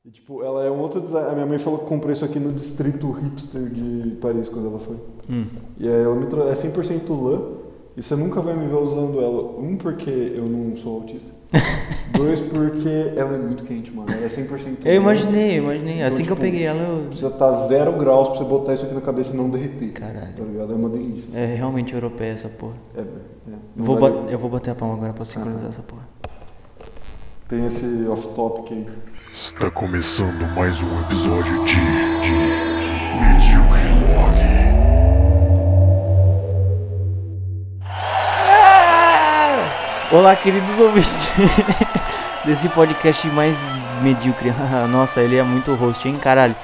E, tipo, ela é um outro design. A minha mãe falou que comprou isso aqui no distrito hipster de Paris quando ela foi. E aí ela me trouxe. É 100% lã. E você nunca vai me ver usando ela. Um, porque eu não sou autista. Dois, porque ela é muito quente, mano. Ela é 100% lã. Eu imaginei. Então, Assim que eu tipo, peguei ela, eu... precisa estar 0 graus pra você botar isso aqui na cabeça e não derreter. Caralho. Tá ligado? É uma delícia. É realmente europeia essa porra. É. Eu vou bater a palma agora pra sincronizar essa porra. Tem esse off-topic aí. Está começando mais um episódio de Medíocre Log. Olá, queridos ouvintes desse podcast mais medíocre. Nossa, ele é muito host, hein, caralho.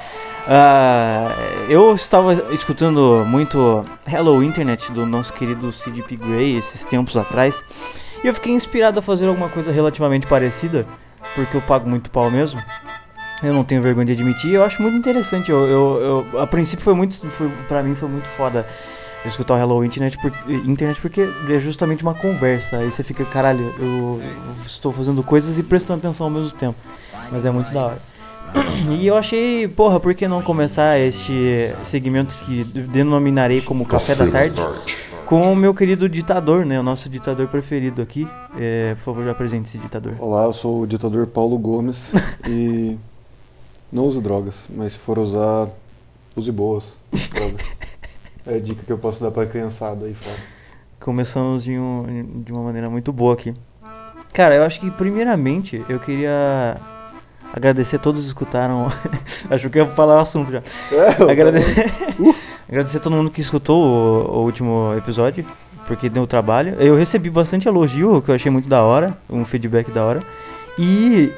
Eu estava escutando muito Hello Internet do nosso querido CDP Grey esses tempos atrás. E eu fiquei inspirado a fazer alguma coisa relativamente parecida, porque eu pago muito pau mesmo. Eu não tenho vergonha de admitir. Eu acho muito interessante. A princípio pra mim foi muito foda escutar o Hello Internet, porque é justamente uma conversa. Aí você fica, caralho, eu estou fazendo coisas e prestando atenção ao mesmo tempo. Mas é muito da hora. E eu achei, porra, por que não começar este segmento que denominarei como Café da Tarde com o meu querido ditador, né? O nosso ditador preferido aqui. Por favor, já apresente esse ditador. Olá, eu sou o ditador Paulo Gomes e não uso drogas, mas se for usar, use boas drogas. É a dica que eu posso dar pra criançada aí fora. Começamos de uma maneira muito boa aqui. Cara, eu acho que primeiramente eu queria agradecer a todos que escutaram. Acho que eu ia falar o assunto já. Agradecer a todo mundo que escutou o último episódio, porque deu trabalho. Eu recebi bastante elogio, que eu achei muito da hora, um feedback da hora. E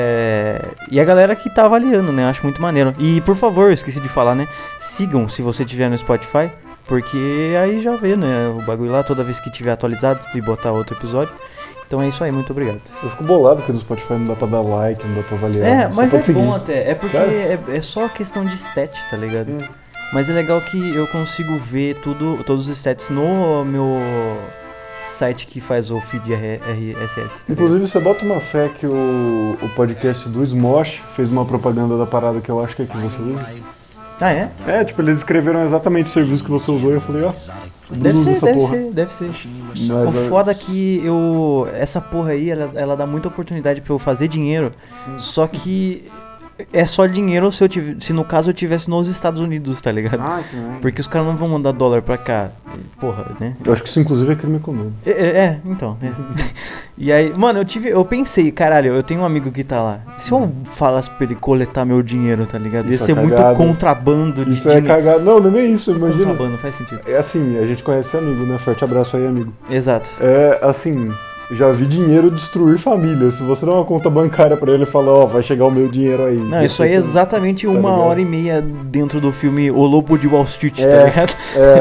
a galera que tá avaliando, né? Acho muito maneiro. E por favor, esqueci de falar, né? Sigam se você tiver no Spotify, porque aí já vê, né? O bagulho lá toda vez que tiver atualizado e botar outro episódio. Então é isso aí, muito obrigado. Eu fico bolado que no Spotify não dá pra dar like, não dá pra avaliar. Mas é seguir. bom até. É porque é só questão de stat, tá ligado? Mas é legal que eu consigo ver todos os stats no meu site que faz o feed RSS. Tá Inclusive, você bota uma fé que o podcast do Smosh fez uma propaganda da parada que eu acho que é que você usa. Ah, é? Tipo, eles escreveram exatamente o serviço que você usou e eu falei, Deve ser. Mas, o foda é que essa porra aí, ela dá muita oportunidade pra eu fazer dinheiro, só que é só dinheiro se no caso eu tivesse nos Estados Unidos, tá ligado? que merda. Porque os caras não vão mandar dólar pra cá, porra, né? Eu acho que isso inclusive é crime econômico. Então, né? E aí, mano, eu pensei, caralho, eu tenho um amigo que tá lá. Se eu falasse pra ele coletar meu dinheiro, tá ligado? Ia ser muito contrabando de dinheiro. Isso é cagado. Não é nem isso, imagina. Contrabando, faz sentido. É assim, a gente conhece amigo, né? Forte abraço aí, amigo. Exato. Assim, já vi dinheiro destruir família. Se você dá uma conta bancária pra ele e falar, vai chegar o meu dinheiro aí. Não, isso aí é exatamente tá 1h30 dentro do filme O Lobo de Wall Street, tá ligado?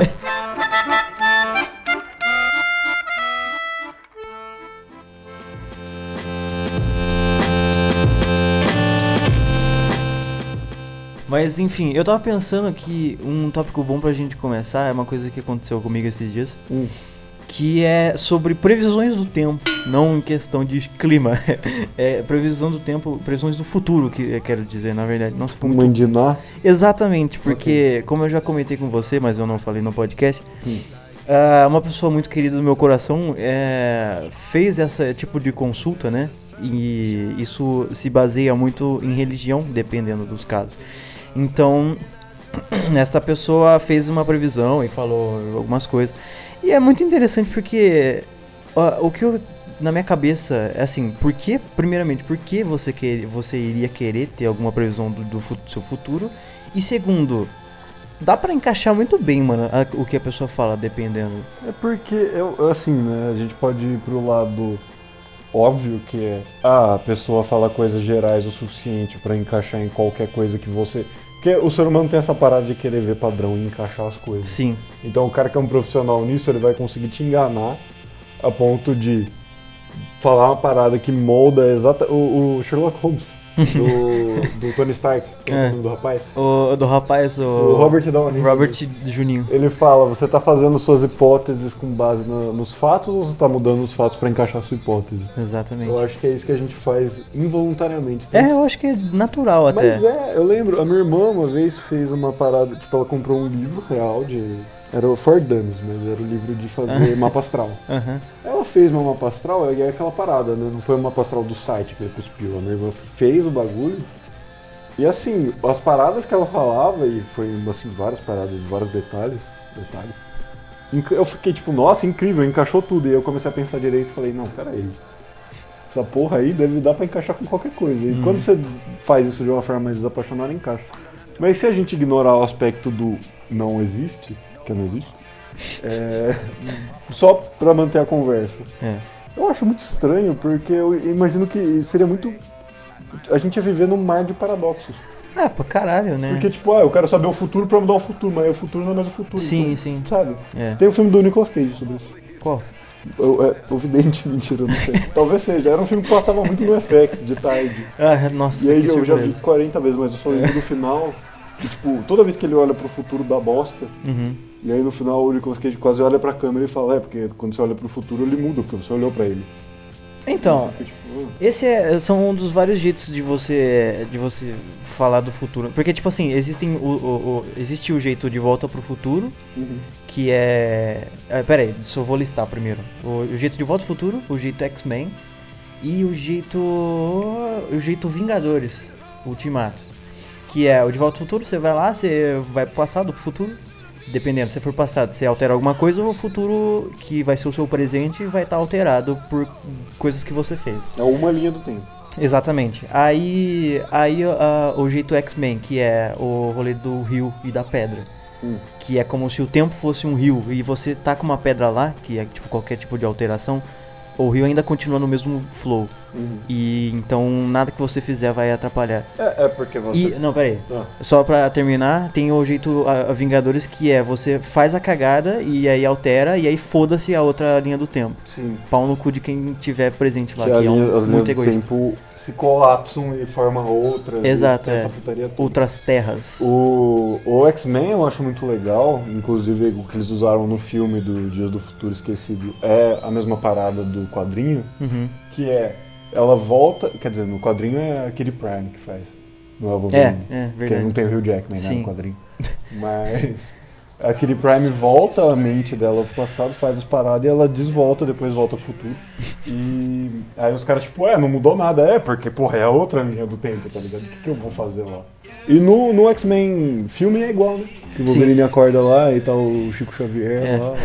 Mas enfim, eu tava pensando que um tópico bom pra gente começar é uma coisa que aconteceu comigo esses dias. Que é sobre previsões do tempo, não em questão de clima. É previsão do tempo, previsões do futuro, que eu quero dizer, na verdade. Nossa, foi muito... Mandinar? Exatamente, porque como eu já comentei com você, mas eu não falei no podcast, uma pessoa muito querida do meu coração fez esse tipo de consulta, né? E isso se baseia muito em religião, dependendo dos casos. Então, esta pessoa fez uma previsão e falou algumas coisas. E é muito interessante porque o que na minha cabeça é assim, primeiramente, por que você iria querer ter alguma previsão do seu futuro? E segundo, dá pra encaixar muito bem, mano, o que a pessoa fala, dependendo. É porque, assim, né, a gente pode ir pro lado óbvio que a pessoa fala coisas gerais o suficiente pra encaixar em qualquer coisa que você... Porque o ser humano tem essa parada de querer ver padrão e encaixar as coisas. Sim. Então o cara que é um profissional nisso, ele vai conseguir te enganar a ponto de falar uma parada que molda o Sherlock Holmes. do Tony Stark, que é o nome do rapaz. Do rapaz, o Robert Downey. Robert Juninho. Ele fala, você tá fazendo suas hipóteses com base nos fatos ou você tá mudando os fatos pra encaixar a sua hipótese? Exatamente. Eu acho que é isso que a gente faz involuntariamente. Eu acho que é natural até. Mas eu lembro, a minha irmã uma vez fez uma parada, tipo, ela comprou um livro real era o For Dummies, mas era o livro de fazer mapa astral. Ela fez meu mapa astral, e é aquela parada, né? Não foi o mapa astral do site que ele cuspiu. A minha irmã fez o bagulho. E assim, as paradas que ela falava, e foi assim, várias paradas, vários detalhes. Eu fiquei tipo, nossa, incrível, encaixou tudo. E eu comecei a pensar direito e falei, não, peraí. Essa porra aí deve dar pra encaixar com qualquer coisa. E quando você faz isso de uma forma mais desapaixonada, encaixa. Mas se a gente ignorar o aspecto do não existe, que não existe, só pra manter a conversa. Eu acho muito estranho, porque eu imagino que seria muito... A gente ia viver num mar de paradoxos. Pra caralho, né? Porque, tipo, eu quero saber o futuro pra mudar o futuro, mas o futuro não é mais o futuro. Sim, então, sim. Sabe? Tem um filme do Nicolas Cage sobre isso. Qual? O Vidente, mentira, não sei. Talvez seja. Era um filme que passava muito no FX, de tarde. Nossa. E aí eu já vi 40 vezes, mas eu só lembro do final. Que, tipo, toda vez que ele olha pro futuro dá bosta. E aí no final o Nicolas Cage quase olha pra câmera e fala, porque quando você olha pro futuro ele muda, porque você olhou pra ele. Então, esse são um dos vários jeitos de você falar do futuro. Porque, tipo assim, existe o jeito de Volta pro Futuro, que é... Pera aí, só vou listar primeiro. O jeito de Volta pro Futuro, o jeito X-Men e o jeito Vingadores, Ultimato. Que é o de Volta pro Futuro, você vai lá, você vai pro passado, pro futuro. Dependendo, se for passado, você altera alguma coisa, o futuro, que vai ser o seu presente, vai estar alterado por coisas que você fez. É uma linha do tempo. Exatamente. Aí o jeito X-Men, que é o rolê do rio e da pedra. Que é como se o tempo fosse um rio e você tá com uma pedra lá, que é tipo qualquer tipo de alteração, o rio ainda continua no mesmo flow. E então nada que você fizer vai atrapalhar. Porque você... Não, peraí. Só pra terminar, tem o jeito a Vingadores, que é você faz a cagada e aí altera e aí foda-se a outra linha do tempo. Sim. Pau no cu de quem tiver presente lá, que é as muito linhas egoísta. do tempo se colapsam e formam outras. Exato, essa putaria toda. outras terras. O X-Men eu acho muito legal, inclusive o que eles usaram no filme do Dias do Futuro Esquecido é a mesma parada do quadrinho, que ela volta, quer dizer, no quadrinho é a Kitty Pryde que faz, não é o Wolverine, verdade. porque não tem o Hugh Jackman, né, Sim. no quadrinho, mas a Kitty Pryde volta a mente dela pro passado, faz as paradas e ela desvolta, depois volta pro futuro, e aí os caras tipo, não mudou nada, porque porra, é a outra linha do tempo, tá ligado, o que eu vou fazer lá? E no X-Men filme é igual, né, que o Wolverine acorda lá e tá o Chico Xavier lá,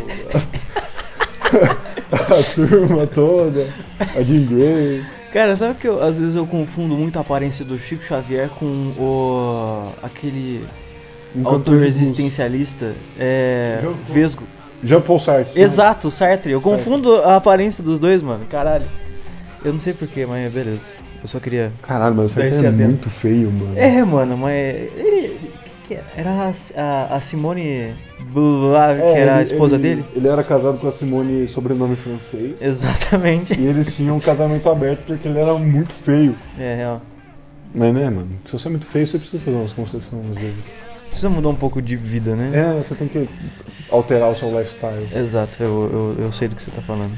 a turma toda, a Jean Grey. Cara, sabe que às vezes eu confundo muito a aparência do Chico Xavier com aquele autor existencialista, Vesgo. Jean-Paul Sartre. Exato, Sartre. Eu confundo a aparência dos dois, mano. Caralho. Eu não sei porquê, mas beleza. Eu só queria... Caralho, mas o Sartre é muito feio, mano. Mano, mas... que era a Simone Beauvoir, que era a esposa dele? Ele era casado com a Simone, sobrenome francês. Exatamente. E eles tinham um casamento aberto porque ele era muito feio. Real. Mas né, mano, se você é muito feio, você precisa fazer umas concessões às vezes. Você precisa mudar um pouco de vida, né? Você tem que alterar o seu lifestyle. Exato, eu sei do que você tá falando.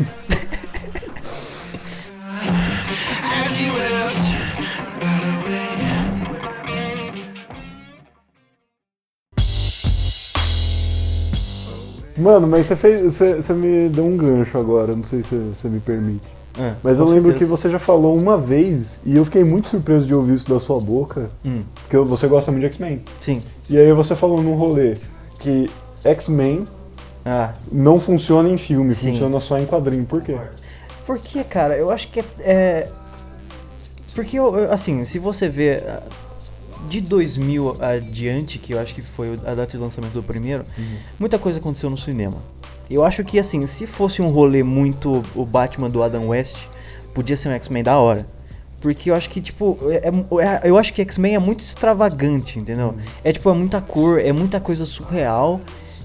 Mano, mas você me deu um gancho agora, não sei se você me permite. Mas eu lembro que você já falou uma vez, e eu fiquei muito surpreso de ouvir isso da sua boca, porque você gosta muito de X-Men. Sim. E aí você falou num rolê que X-Men não funciona em filme, funciona só em quadrinho. Por quê? Porque, cara, eu acho que porque, assim, se você vê... De 2000 adiante, que eu acho que foi a data de lançamento do primeiro, muita coisa aconteceu no cinema. Eu acho que, assim, se fosse um rolê muito o Batman do Adam West, podia ser um X-Men da hora. Porque eu acho que, tipo, eu acho que X-Men é muito extravagante, entendeu? É muita cor, é muita coisa surreal.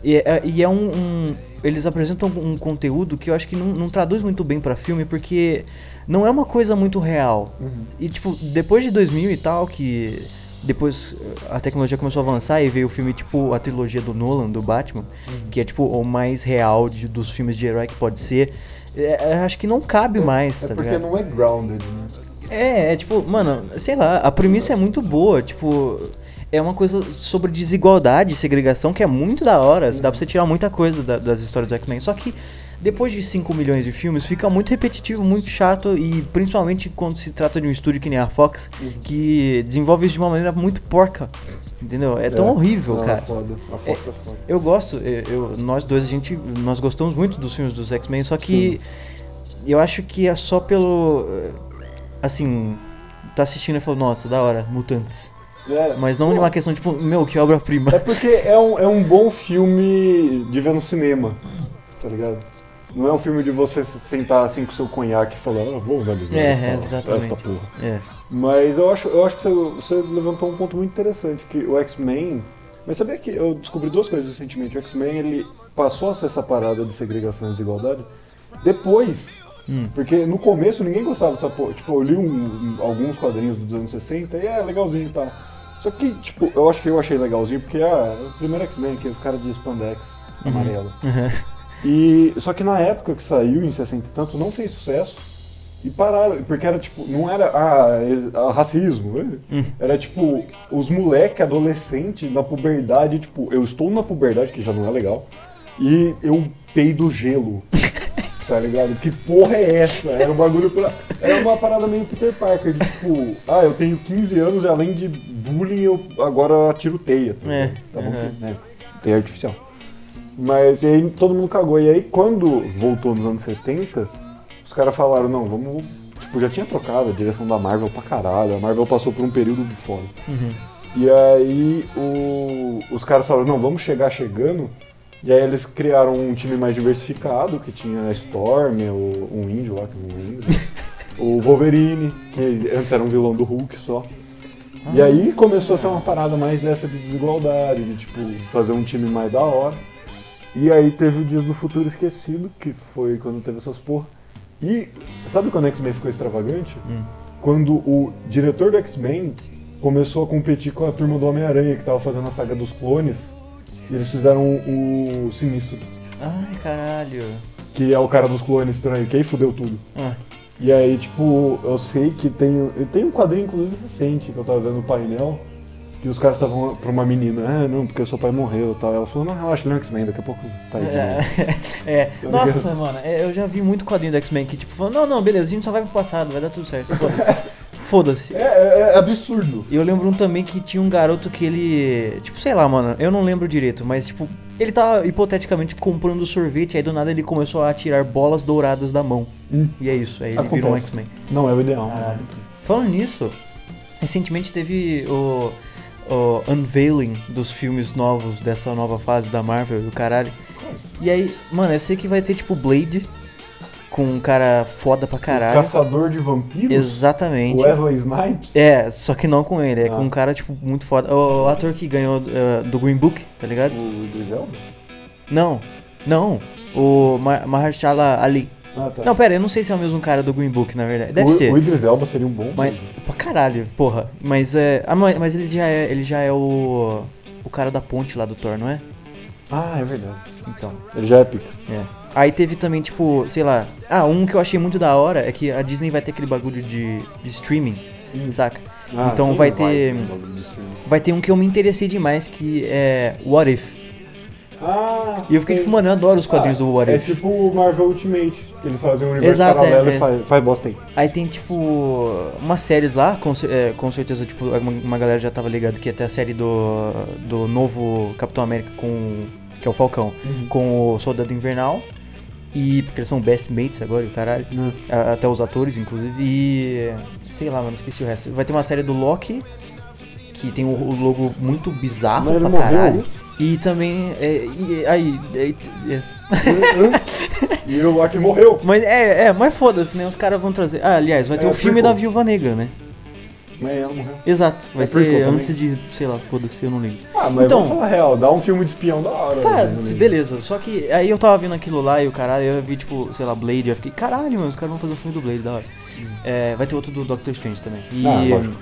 E é eles apresentam um conteúdo que eu acho que não traduz muito bem pra filme, porque não é uma coisa muito real. E tipo, depois de 2000 e tal, que depois a tecnologia começou a avançar e veio o filme tipo a trilogia do Nolan, do Batman, que é tipo o mais real dos filmes de herói que pode ser, acho que não cabe mais, tá porque ligado? não é grounded, né? É tipo, mano, sei lá, a premissa é muito boa, tipo, é uma coisa sobre desigualdade, segregação, que é muito da hora, dá pra você tirar muita coisa das histórias do X-Men, só que depois de 5 milhões de filmes, fica muito repetitivo, muito chato, e principalmente quando se trata de um estúdio que nem a Fox, que desenvolve isso de uma maneira muito porca, entendeu? É tão horrível, não, cara. É foda. A Fox é foda. Eu gosto, nós dois, nós gostamos muito dos filmes dos X-Men, só que eu acho que é só pelo, assim, tá assistindo e falou, nossa, da hora, mutantes. Mas não de uma questão tipo, meu, que obra-prima. É porque é um bom filme de ver no cinema, tá ligado? Não é um filme de você sentar assim com o seu conhaque e falar, vou analisar esta porra. Mas eu acho que você levantou um ponto muito interessante, que o X-Men... Mas sabia que eu descobri duas coisas recentemente. O X-Men, ele passou a ser essa parada de segregação e desigualdade depois. Porque no começo ninguém gostava dessa porra. Tipo, eu li alguns quadrinhos dos anos 60 e legalzinho e tal. Só que, tipo, eu acho que eu achei legalzinho porque o primeiro X-Men, aqueles caras de spandex amarelo. Só que na época que saiu, em 60 e tanto, não fez sucesso. E pararam, porque era tipo, não era racismo, era tipo, os moleque adolescentes na puberdade, tipo, eu estou na puberdade, que já não é legal, e eu peido gelo. Tá ligado? Que porra é essa? Era um bagulho era uma parada meio Peter Parker, de tipo, eu tenho 15 anos e além de bullying eu agora atiro teia. Tá bom que, né? Teia artificial. Mas e aí todo mundo cagou. E aí quando voltou nos anos 70, os caras falaram, não, vamos. Tipo, já tinha trocado a direção da Marvel pra caralho. A Marvel passou por um período de fome. E aí os caras falaram, não, vamos chegando. E aí eles criaram um time mais diversificado, que tinha a Storm, um índio lá, que eu não lembro, o Wolverine, que antes era um vilão do Hulk só. E aí começou a ser uma parada mais dessa de desigualdade, de tipo, fazer um time mais da hora. E aí teve o Dias do Futuro Esquecido, que foi quando teve essas porra. E sabe quando o X-Men ficou extravagante? Quando o diretor do X-Men começou a competir com a turma do Homem-Aranha, que tava fazendo a saga dos clones. E eles fizeram o Sinistro. Ai, caralho. Que é o cara dos clones estranho, que aí fudeu tudo. E aí, tipo, eu sei que tem um quadrinho, inclusive, recente, que eu tava vendo no painel, que os caras estavam pra uma menina, não, porque seu pai morreu e tal. Ela falou, não, relaxa, ele é um X-Men, daqui a pouco tá aí de novo. Nossa, mano, eu já vi muito quadrinho do X-Men que, tipo, falou, não, beleza, a gente só vai pro passado, vai dar tudo certo, foda-se. É absurdo. E eu lembro também que tinha um garoto que ele... Tipo, sei lá, mano, eu não lembro direito, mas tipo... Ele tava hipoteticamente comprando sorvete, aí do nada ele começou a atirar bolas douradas da mão. E é isso, aí ele virou um X-Men. Não é o ideal. Falando nisso, recentemente teve o unveiling dos filmes novos dessa nova fase da Marvel e o caralho. E aí, mano, eu sei que vai ter tipo Blade... com um cara foda pra caralho. Caçador de vampiros? Exatamente. Wesley Snipes? Só que não com ele, com um cara, tipo, muito foda. O ator que ganhou do Green Book, tá ligado? O Idris Elba? Não. O Mahershala Ali. Tá. Não, pera, eu não sei se é o mesmo cara do Green Book, na verdade. Deve ser. O Idris Elba seria um bom. Mas, pra caralho, porra. Mas mas ele já é o cara da ponte lá do Thor, não é? É verdade. Então. Ele já é pica. Aí teve também, tipo, sei lá... um que eu achei muito da hora é que a Disney vai ter aquele bagulho de streaming, saca? Então vai ter... Vai ter um que eu me interessei demais, que é What If. E eu fiquei tipo, mano, eu adoro os quadrinhos do What If. É tipo o Marvel Ultimate, que eles fazem um universo paralelo e faz bosta aí. Aí tem, tipo, umas séries lá, com certeza, tipo, uma galera já tava ligado que ia ter a série do novo Capitão América que é o Falcão, com o Soldado Invernal. E porque eles são best mates agora, o caralho. Até os atores, inclusive. E sei lá, mano, esqueci o resto. Vai ter uma série do Loki, que tem o logo muito bizarro pra caralho. E também. E o Loki morreu. Mas mas foda-se, né? Os caras vão trazer. Aliás, vai ter o filme da Viúva Negra, né? Mas ela morreu. Exato, vai ser prequel antes também? de, sei lá, foda-se, eu não ligo. Ah, mas Então- vamos falar real, dá um filme de espião da hora. Tá, né? beleza, só que aí eu tava vendo aquilo lá e o caralho, eu vi tipo, sei lá, Blade, eu fiquei, caralho, mano, os caras vão fazer um filme do Blade, da hora. Vai ter outro do Doctor Strange também. E lógico.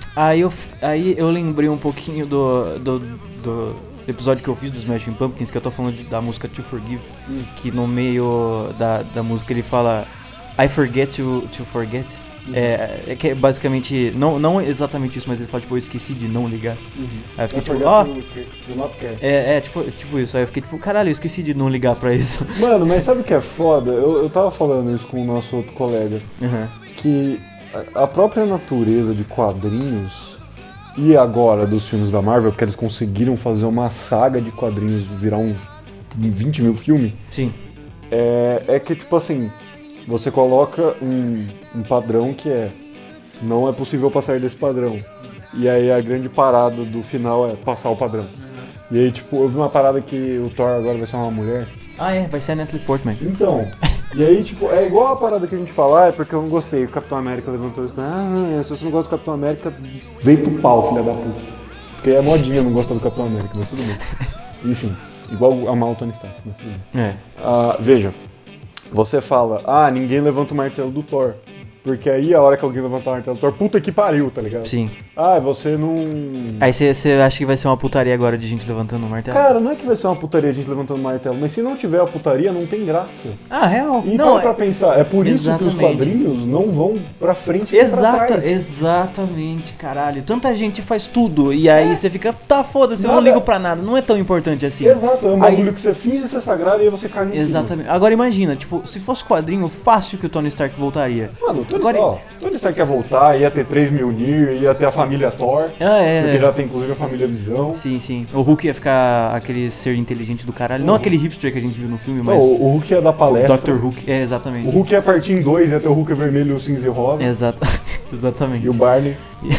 aí eu lembrei um pouquinho do episódio que eu fiz dos Smashing Pumpkins, que eu tô falando da música To Forgive, que no meio da música ele fala I forget to forget. Que é basicamente, não exatamente isso, mas ele fala tipo, eu esqueci de não ligar. Aí eu fiquei tipo, to not care. tipo isso, aí eu fiquei tipo, caralho, eu esqueci de não ligar pra isso. Mano, mas sabe o que é foda? Eu tava falando isso com o nosso outro colega, que a própria natureza de quadrinhos e agora dos filmes da Marvel, porque eles conseguiram fazer uma saga de quadrinhos virar uns 20 mil filmes, Sim. é que tipo assim, você coloca um padrão que não é possível passar desse padrão. E aí a grande parada do final é passar o padrão. E aí tipo, eu vi uma parada que o Thor agora vai ser uma mulher. Vai ser a Natalie Portman. Então, e aí, tipo, é igual a parada que a gente fala, é porque eu não gostei. O Capitão América levantou isso, se você não gosta do Capitão América, vem pro pau, filha da puta. Porque é modinha não gostar do Capitão América, mas tudo bem. Enfim, igual amar o Tony Stark, mas tudo bem. Veja, você fala, ninguém levanta o martelo do Thor. Porque aí a hora que alguém levantar o martelo do Thor, puta que pariu, tá ligado? Sim. Você não... Aí você acha que vai ser uma putaria agora de gente levantando o martelo? Cara, não é que vai ser uma putaria a gente levantando o martelo, mas se não tiver a putaria, não tem graça. Real. E não, pra pensar, é por isso que os exatamente. quadrinhos não vão pra frente e pra trás. Exatamente, caralho. Tanta gente faz tudo e aí você fica, foda-se, eu não Nada. ligo pra nada, não é tão importante assim. Exato, é um bagulho Aí- que você finge ser sagrado e aí você cai no Exatamente. Agora imagina, tipo, se fosse quadrinho, fácil que o Tony Stark voltaria. Mano, Agora- Tony Stark quer voltar, ia ter 3 Mjolnir, ia ter a família Thor, porque já tem inclusive a família Visão. Sim. O Hulk ia ficar aquele ser inteligente do caralho. Não aquele hipster que a gente viu no filme, mas. Não, o Hulk ia dar palestra. Dr. Hulk, exatamente. O Hulk ia partir em dois, ia ter o Hulk vermelho, o cinza e o rosa. Exatamente. E o Barney.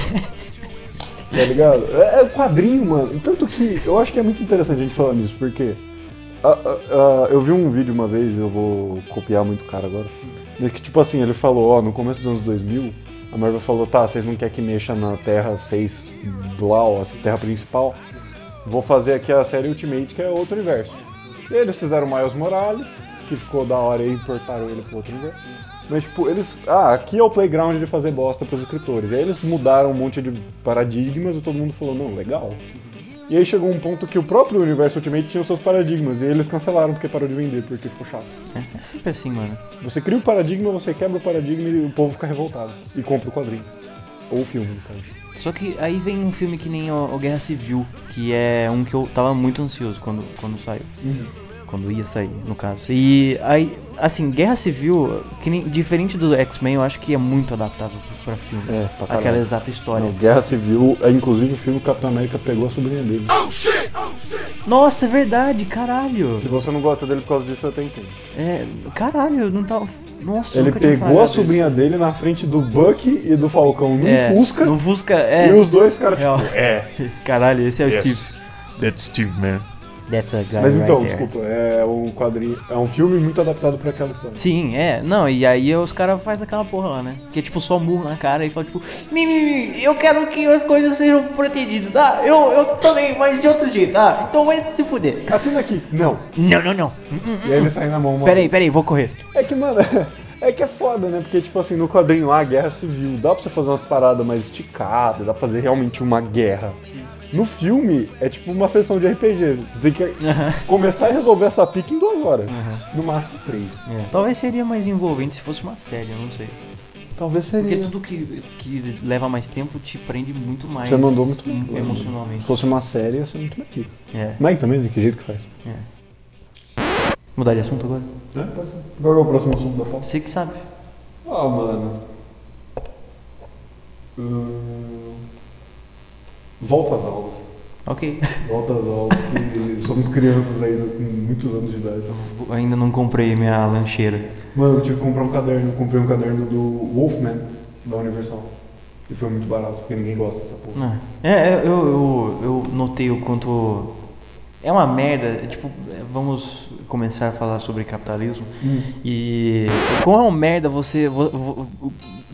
Tá ligado? É quadrinho, mano. Tanto que eu acho que é muito interessante a gente falar nisso, porque eu vi um vídeo uma vez, eu vou copiar muito cara agora, mas que tipo assim, ele falou, no começo dos anos 2000, a Marvel falou, vocês não querem que mexa na Terra 6 lá, essa Terra principal? Vou fazer aqui a série Ultimate, que é outro universo. E eles fizeram o Miles Morales, que ficou da hora e importaram ele pro outro universo. Mas tipo, eles... aqui é o playground de fazer bosta pros escritores. E aí eles mudaram um monte de paradigmas e todo mundo falou, não, legal. E aí chegou um ponto que o próprio universo Ultimate tinha os seus paradigmas. E eles cancelaram porque parou de vender, porque ficou chato. É sempre assim, mano. Você cria o paradigma, você quebra o paradigma e o povo fica revoltado. E compra o quadrinho. Ou o filme, no caso. Só que aí vem um filme que nem o Guerra Civil, que é um que eu tava muito ansioso quando saiu. Quando ia sair, no caso. E aí, assim, Guerra Civil, que nem, diferente do X-Men, eu acho que é muito adaptável pra filme. Pra caralho. Aquela exata história. Não, Guerra Civil, inclusive o filme Capitão América pegou a sobrinha dele. Nossa, é verdade, caralho. Se você não gosta dele por causa disso, eu até entendo. Caralho, não tava... Nossa, Ele nunca tinha pegou a falado sobrinha dele na frente do Bucky e do Falcão num Fusca. No Fusca, E os dois caras Real. tipo... Caralho, esse é o Steve. That's Steve, man. That's a guy Mas então, right there. desculpa, é um quadrinho... É um filme muito adaptado pra aquela história. Sim, não, e aí os caras fazem aquela porra lá, né? Que é tipo só murro na cara e fala tipo, eu quero que as coisas sejam protegidas, tá? Eu também, mas de outro jeito, tá? Então vai se fuder. Assina aqui. Não. Não. E aí ele sai na mão. Peraí, vou correr. É que, mano... É que é foda, né? Porque, tipo assim, no quadrinho lá, Guerra Civil, dá pra você fazer umas paradas mais esticadas, dá pra fazer realmente uma guerra. No filme, é tipo uma sessão de RPG. Você tem que começar a resolver essa pique em 2 horas. No máximo 3. Talvez seria mais envolvente se fosse uma série, eu não sei. Talvez seria. Porque tudo que leva mais tempo te prende muito mais. Você mandou muito bem. Emocionalmente. Se fosse uma série, ia ser muito mais pica. É. Mas também, de que jeito que faz? Mudar de assunto agora? Pode ser. Qual é o próximo assunto da pauta? Você que sabe. Mano. Volta às aulas. Ok. Volta às aulas, que somos crianças ainda com muitos anos de idade. Eu ainda não comprei minha lancheira. Mano, eu tive que comprar um caderno. Eu comprei um caderno do Wolfman, da Universal. E foi muito barato, porque ninguém gosta dessa porra. Eu notei o quanto... É uma merda, tipo, vamos começar a falar sobre capitalismo. E como é uma merda você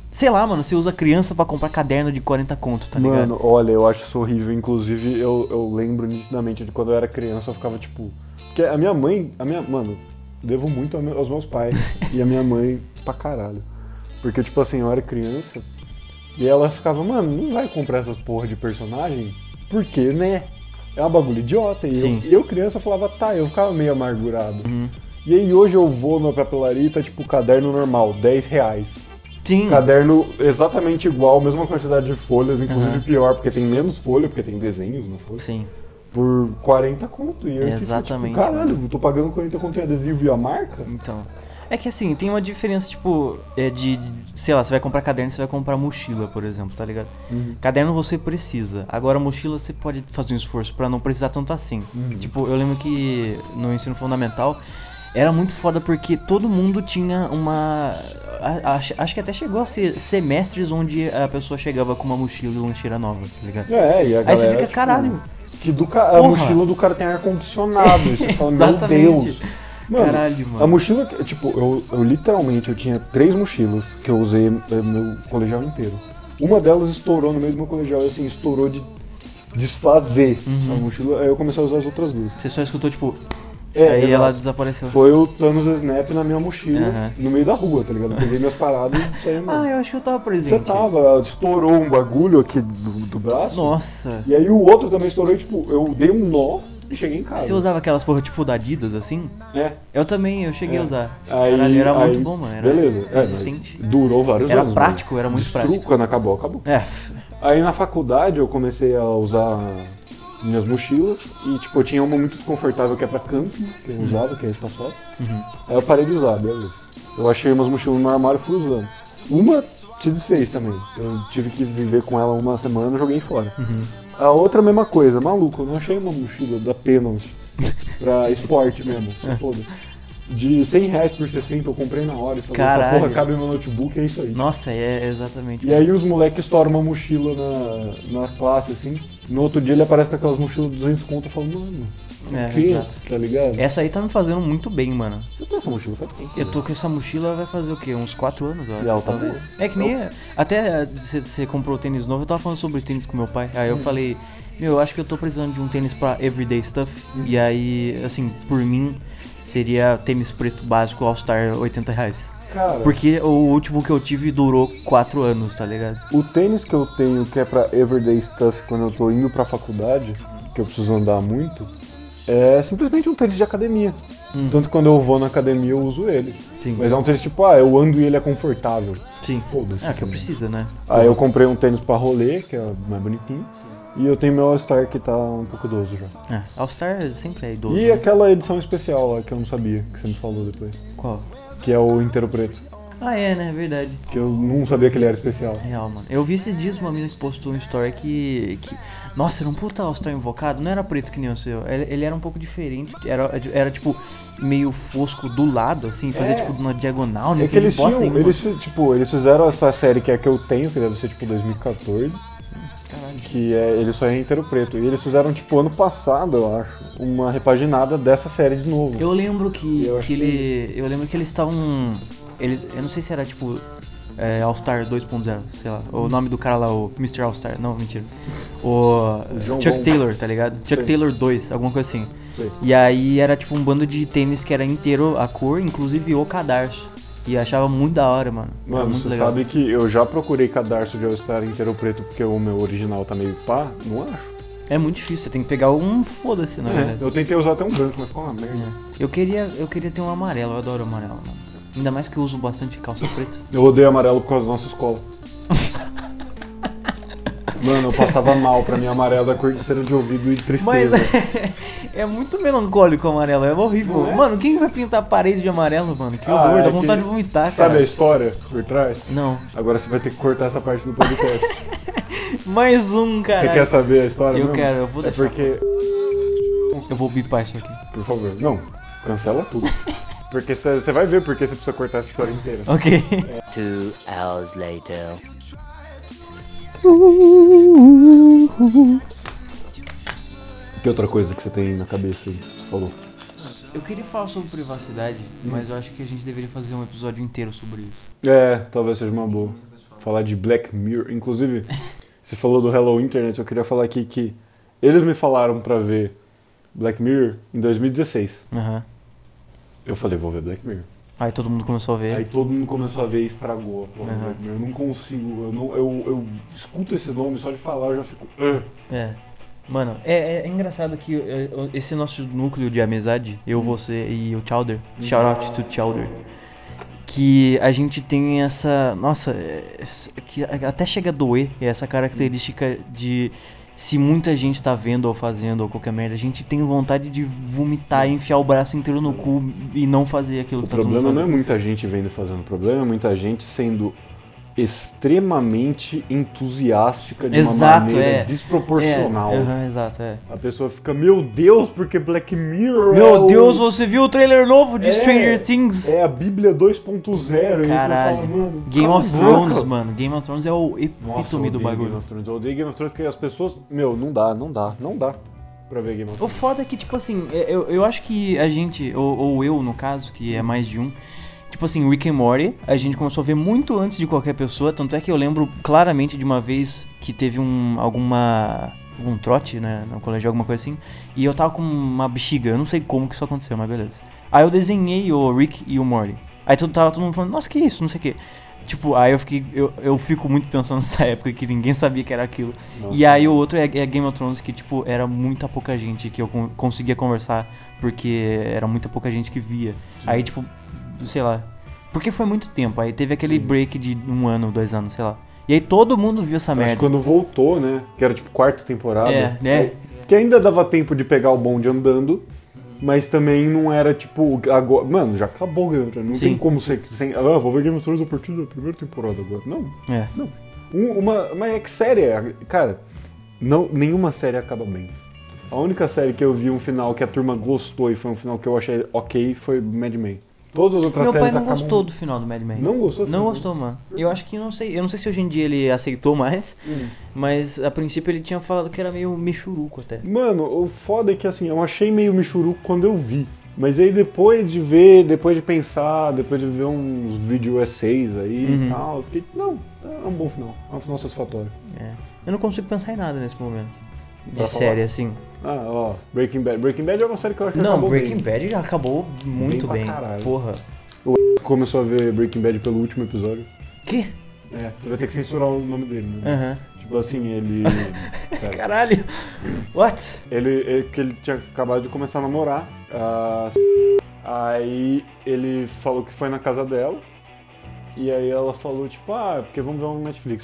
Sei lá, mano, você usa criança pra comprar caderno de 40 conto, tá ligado? Mano, olha, eu acho isso horrível. Inclusive, eu lembro nitidamente de quando eu era criança, eu ficava tipo... Porque mano, devo muito aos meus pais e a minha mãe pra caralho. Porque, tipo assim, eu era criança e ela ficava, mano, não vai comprar essas porra de personagem, porque, né? É um bagulho idiota. E eu criança, eu falava, tá, eu ficava meio amargurado. E aí hoje eu vou na papelaria e tá tipo caderno normal, R$10. Sim. Caderno exatamente igual, mesma quantidade de folhas, inclusive pior, porque tem menos folha, porque tem desenhos na folha. Sim. Por 40 conto. E aí Exatamente. Você fica, tipo, caralho, eu tô pagando 40 conto em adesivo e a marca? Então. É que assim, tem uma diferença, tipo, sei lá, você vai comprar caderno, você vai comprar mochila, por exemplo, tá ligado? Caderno você precisa. Agora, mochila você pode fazer um esforço pra não precisar tanto assim. Tipo, eu lembro que no ensino fundamental era muito foda porque todo mundo tinha uma... Acho que até chegou a ser semestres onde a pessoa chegava com uma mochila e uma mochila nova, tá ligado? E a galera, aí você fica, tipo, caralho. Que a mochila do cara tem ar-condicionado. E você fala, meu Deus. Mano, Caralho, mano. A mochila, tipo, eu literalmente, eu tinha 3 mochilas que eu usei no meu colegial inteiro. Uma delas estourou no meio do meu colegial, e assim, estourou de desfazer a mochila, aí eu comecei a usar as outras 2. Você só escutou, tipo... aí exato. Ela desapareceu. Foi o Thanos Snap na minha mochila, no meio da rua, tá ligado? Eu peguei minhas paradas e saí andando. Eu acho que eu tava presente. Você tava, estourou um bagulho aqui do braço. Nossa. E aí o outro também estourou e, tipo, eu dei um nó e cheguei em casa. Você usava aquelas porra tipo da Adidas, assim? Eu também, eu cheguei a usar. Caralho, era muito bom, mano. Era beleza. resistente. Durou vários Era anos. prático, era muito prático. Quando acabou. Aí na faculdade eu comecei a usar minhas mochilas e, tipo, eu tinha uma muito desconfortável que é pra camping, que eu usava, que é espaçosa. Aí eu parei de usar, beleza. Eu achei umas mochilas no armário e fui usando. Uma se desfez também. Eu tive que viver com ela uma semana e joguei fora. A outra, mesma coisa. Maluco, eu não achei uma mochila da Penalty pra esporte mesmo, se foda. De R$100 por 60 eu comprei na hora e falei, essa porra cabe no meu notebook, é isso aí. Nossa, é exatamente. E aí os moleques estouram uma mochila na classe, assim. No outro dia ele aparece com aquelas mochilas de 200 conto e fala, mano, que? Exato. Tá ligado? Essa aí tá me fazendo muito bem, mano. Você tem essa mochila faz tempo? Eu tô com essa mochila, vai fazer o quê? Uns 4 anos, eu acho. E ela tá talvez. boa? É que nem... Até você comprou tênis novo, eu tava falando sobre tênis com meu pai. Aí eu falei, eu acho que eu tô precisando de um tênis pra everyday stuff. E aí, assim, por mim, seria tênis preto básico All-Star R$80. Cara, Porque o último que eu tive durou 4 anos, tá ligado? o tênis que eu tenho, que é pra everyday stuff, quando eu tô indo pra faculdade, que eu preciso andar muito, é simplesmente um tênis de academia. Tanto que quando eu vou na academia eu uso ele. Sim. Mas é um tênis tipo, eu ando e ele é confortável. Sim. Foda-se. É o que eu preciso, né? Aí eu comprei um tênis pra rolê, que é mais bonitinho. E eu tenho meu All-Star que tá um pouco idoso já. All-Star sempre é idoso. E né? aquela edição especial lá que eu não sabia, que você me falou depois. Qual? Que é o inteiro preto. É, né? Verdade. Que eu não sabia que ele era especial. Real, mano. Eu vi esses dias uma menina que postou um story que... Nossa, era um puta All-Star invocado. Não era preto que nem o seu. Ele era um pouco diferente. Era tipo, meio fosco do lado, assim. Fazia tipo uma diagonal, né? É que eles fizeram essa série que é a que eu tenho, que deve ser tipo 2014. Caralho. Que ele só é inteiro preto. E eles fizeram, tipo, ano passado, eu acho, uma repaginada dessa série de novo. Eu lembro eu lembro que eles estavam... Eu não sei se era tipo All-Star 2.0, sei lá. O nome do cara lá, o Mr. All-Star. Não, mentira. O Chuck Taylor, tá ligado? Chuck Taylor 2, alguma coisa assim. Sei. E aí era tipo um bando de tênis que era inteiro a cor, inclusive o cadarço. E eu achava muito da hora, mano. Mano, muito você legal. sabe que eu já procurei cadarço de All-Star inteiro preto porque o meu original tá meio pá? Não acho. É muito difícil, você tem que pegar um foda-se, na verdade. Eu tentei usar até um branco, mas ficou uma merda. Eu queria ter um amarelo, eu adoro amarelo, mano. Ainda mais que eu uso bastante calça preta. Eu odeio amarelo por causa da nossa escola. Mano, eu passava mal pra mim amarelo da cor de cera de ouvido e tristeza. Mas é muito melancólico o amarelo, é horrível. Não é? Mano, quem vai pintar a parede de amarelo, mano? Que horror, dá vontade de vomitar, Sabe a cara. história por trás? Não. Agora você vai ter que cortar essa parte do podcast. Mais um, cara. Você quer saber a história Eu mesmo? quero, eu vou deixar. É porque... Eu vou bipar isso aqui. Por favor, não, cancela tudo. Porque você vai ver porque você precisa cortar essa história inteira. Ok. 2 hours later. Que outra coisa que você tem na cabeça aí que você falou? Eu queria falar sobre privacidade, mas eu acho que a gente deveria fazer um episódio inteiro sobre isso. Talvez seja uma boa. falar de Black Mirror. Inclusive, você falou do Hello Internet, eu queria falar aqui que eles me falaram pra ver Black Mirror em 2016. Aham. Eu falei, vou ver Black Mirror. Aí todo mundo começou a ver. Aí todo mundo começou a ver e estragou a porra do Black Mirror. Eu não consigo, eu escuto esse nome, só de falar eu já fico... É. Mano, é engraçado que esse nosso núcleo de amizade, eu, você e o Chowder, shout out to Chowder, que a gente tem essa, nossa, que até chega a doer, essa característica de se muita gente tá vendo ou fazendo ou qualquer merda, a gente tem vontade de vomitar e enfiar o braço inteiro no cu e não fazer aquilo que tá todo mundo fazendo. O problema não é muita gente vendo e fazendo, o problema é muita gente sendo extremamente entusiástica de uma maneira desproporcional. Exato. A pessoa fica, meu Deus, porque Black Mirror Meu Deus, você viu o trailer novo de Stranger Things? É a Bíblia 2.0. Caralho. E você fala, mano, Game of Thrones, mano. Game of Thrones é o epítome do bagulho. Eu odeio Game of Thrones porque as pessoas... Meu, não dá pra ver Game of Thrones. O foda é que, tipo assim, eu acho que a gente, ou eu no caso, que é mais de um, tipo assim, Rick and Morty, a gente começou a ver muito antes de qualquer pessoa, tanto é que eu lembro claramente de uma vez que teve algum trote, né, no colégio, alguma coisa assim, e eu tava com uma bexiga, eu não sei como que isso aconteceu, mas beleza. Aí eu desenhei o Rick e o Morty, aí tava todo mundo falando, nossa, que isso, não sei o que. Tipo, aí eu fico muito pensando nessa época que ninguém sabia que era aquilo. Nossa. E aí o outro é Game of Thrones, que tipo, era muita pouca gente que eu conseguia conversar, porque era muita pouca gente que via. Sim. Aí tipo, sei lá, porque foi muito tempo, aí teve aquele break de 1 ano, 2 anos, sei lá. E aí todo mundo viu essa merda. Mas quando voltou, né, que era tipo 4ª temporada, né? Que ainda dava tempo de pegar o bonde andando, mas também não era tipo, agora, mano, já acabou, não tem como ser sem, vou ver Game of Thrones a partir da 1ª temporada agora. Não. Uma série, cara, nenhuma série acaba bem. A única série que eu vi um final que a turma gostou e foi um final que eu achei ok foi Mad Men. Todas as outras séries Meu pai não gostou do final do Mad Men. Não gostou? Não gostou, mano. Eu acho que eu não sei se hoje em dia ele aceitou mais, mas a princípio ele tinha falado que era meio michuruco até. Mano, o foda é que assim, eu achei meio michuruco quando eu vi. Mas aí depois de ver, depois de pensar, depois de ver uns vídeo essays aí e tal, eu fiquei, não, é um bom final, é um final satisfatório. Eu não consigo pensar em nada nesse momento. De série, assim. Breaking Bad. Breaking Bad é uma série que eu acho que acabou bem. Não, Breaking Bad já acabou muito bem. Porra. O começou a ver Breaking Bad pelo último episódio. Que? Tu vai ter que censurar o nome dele, né? Tipo assim, ele... Caralho. What? Ele tinha acabado de começar a namorar. Aí ele falou que foi na casa dela. E aí ela falou, tipo, porque vamos ver um Netflix,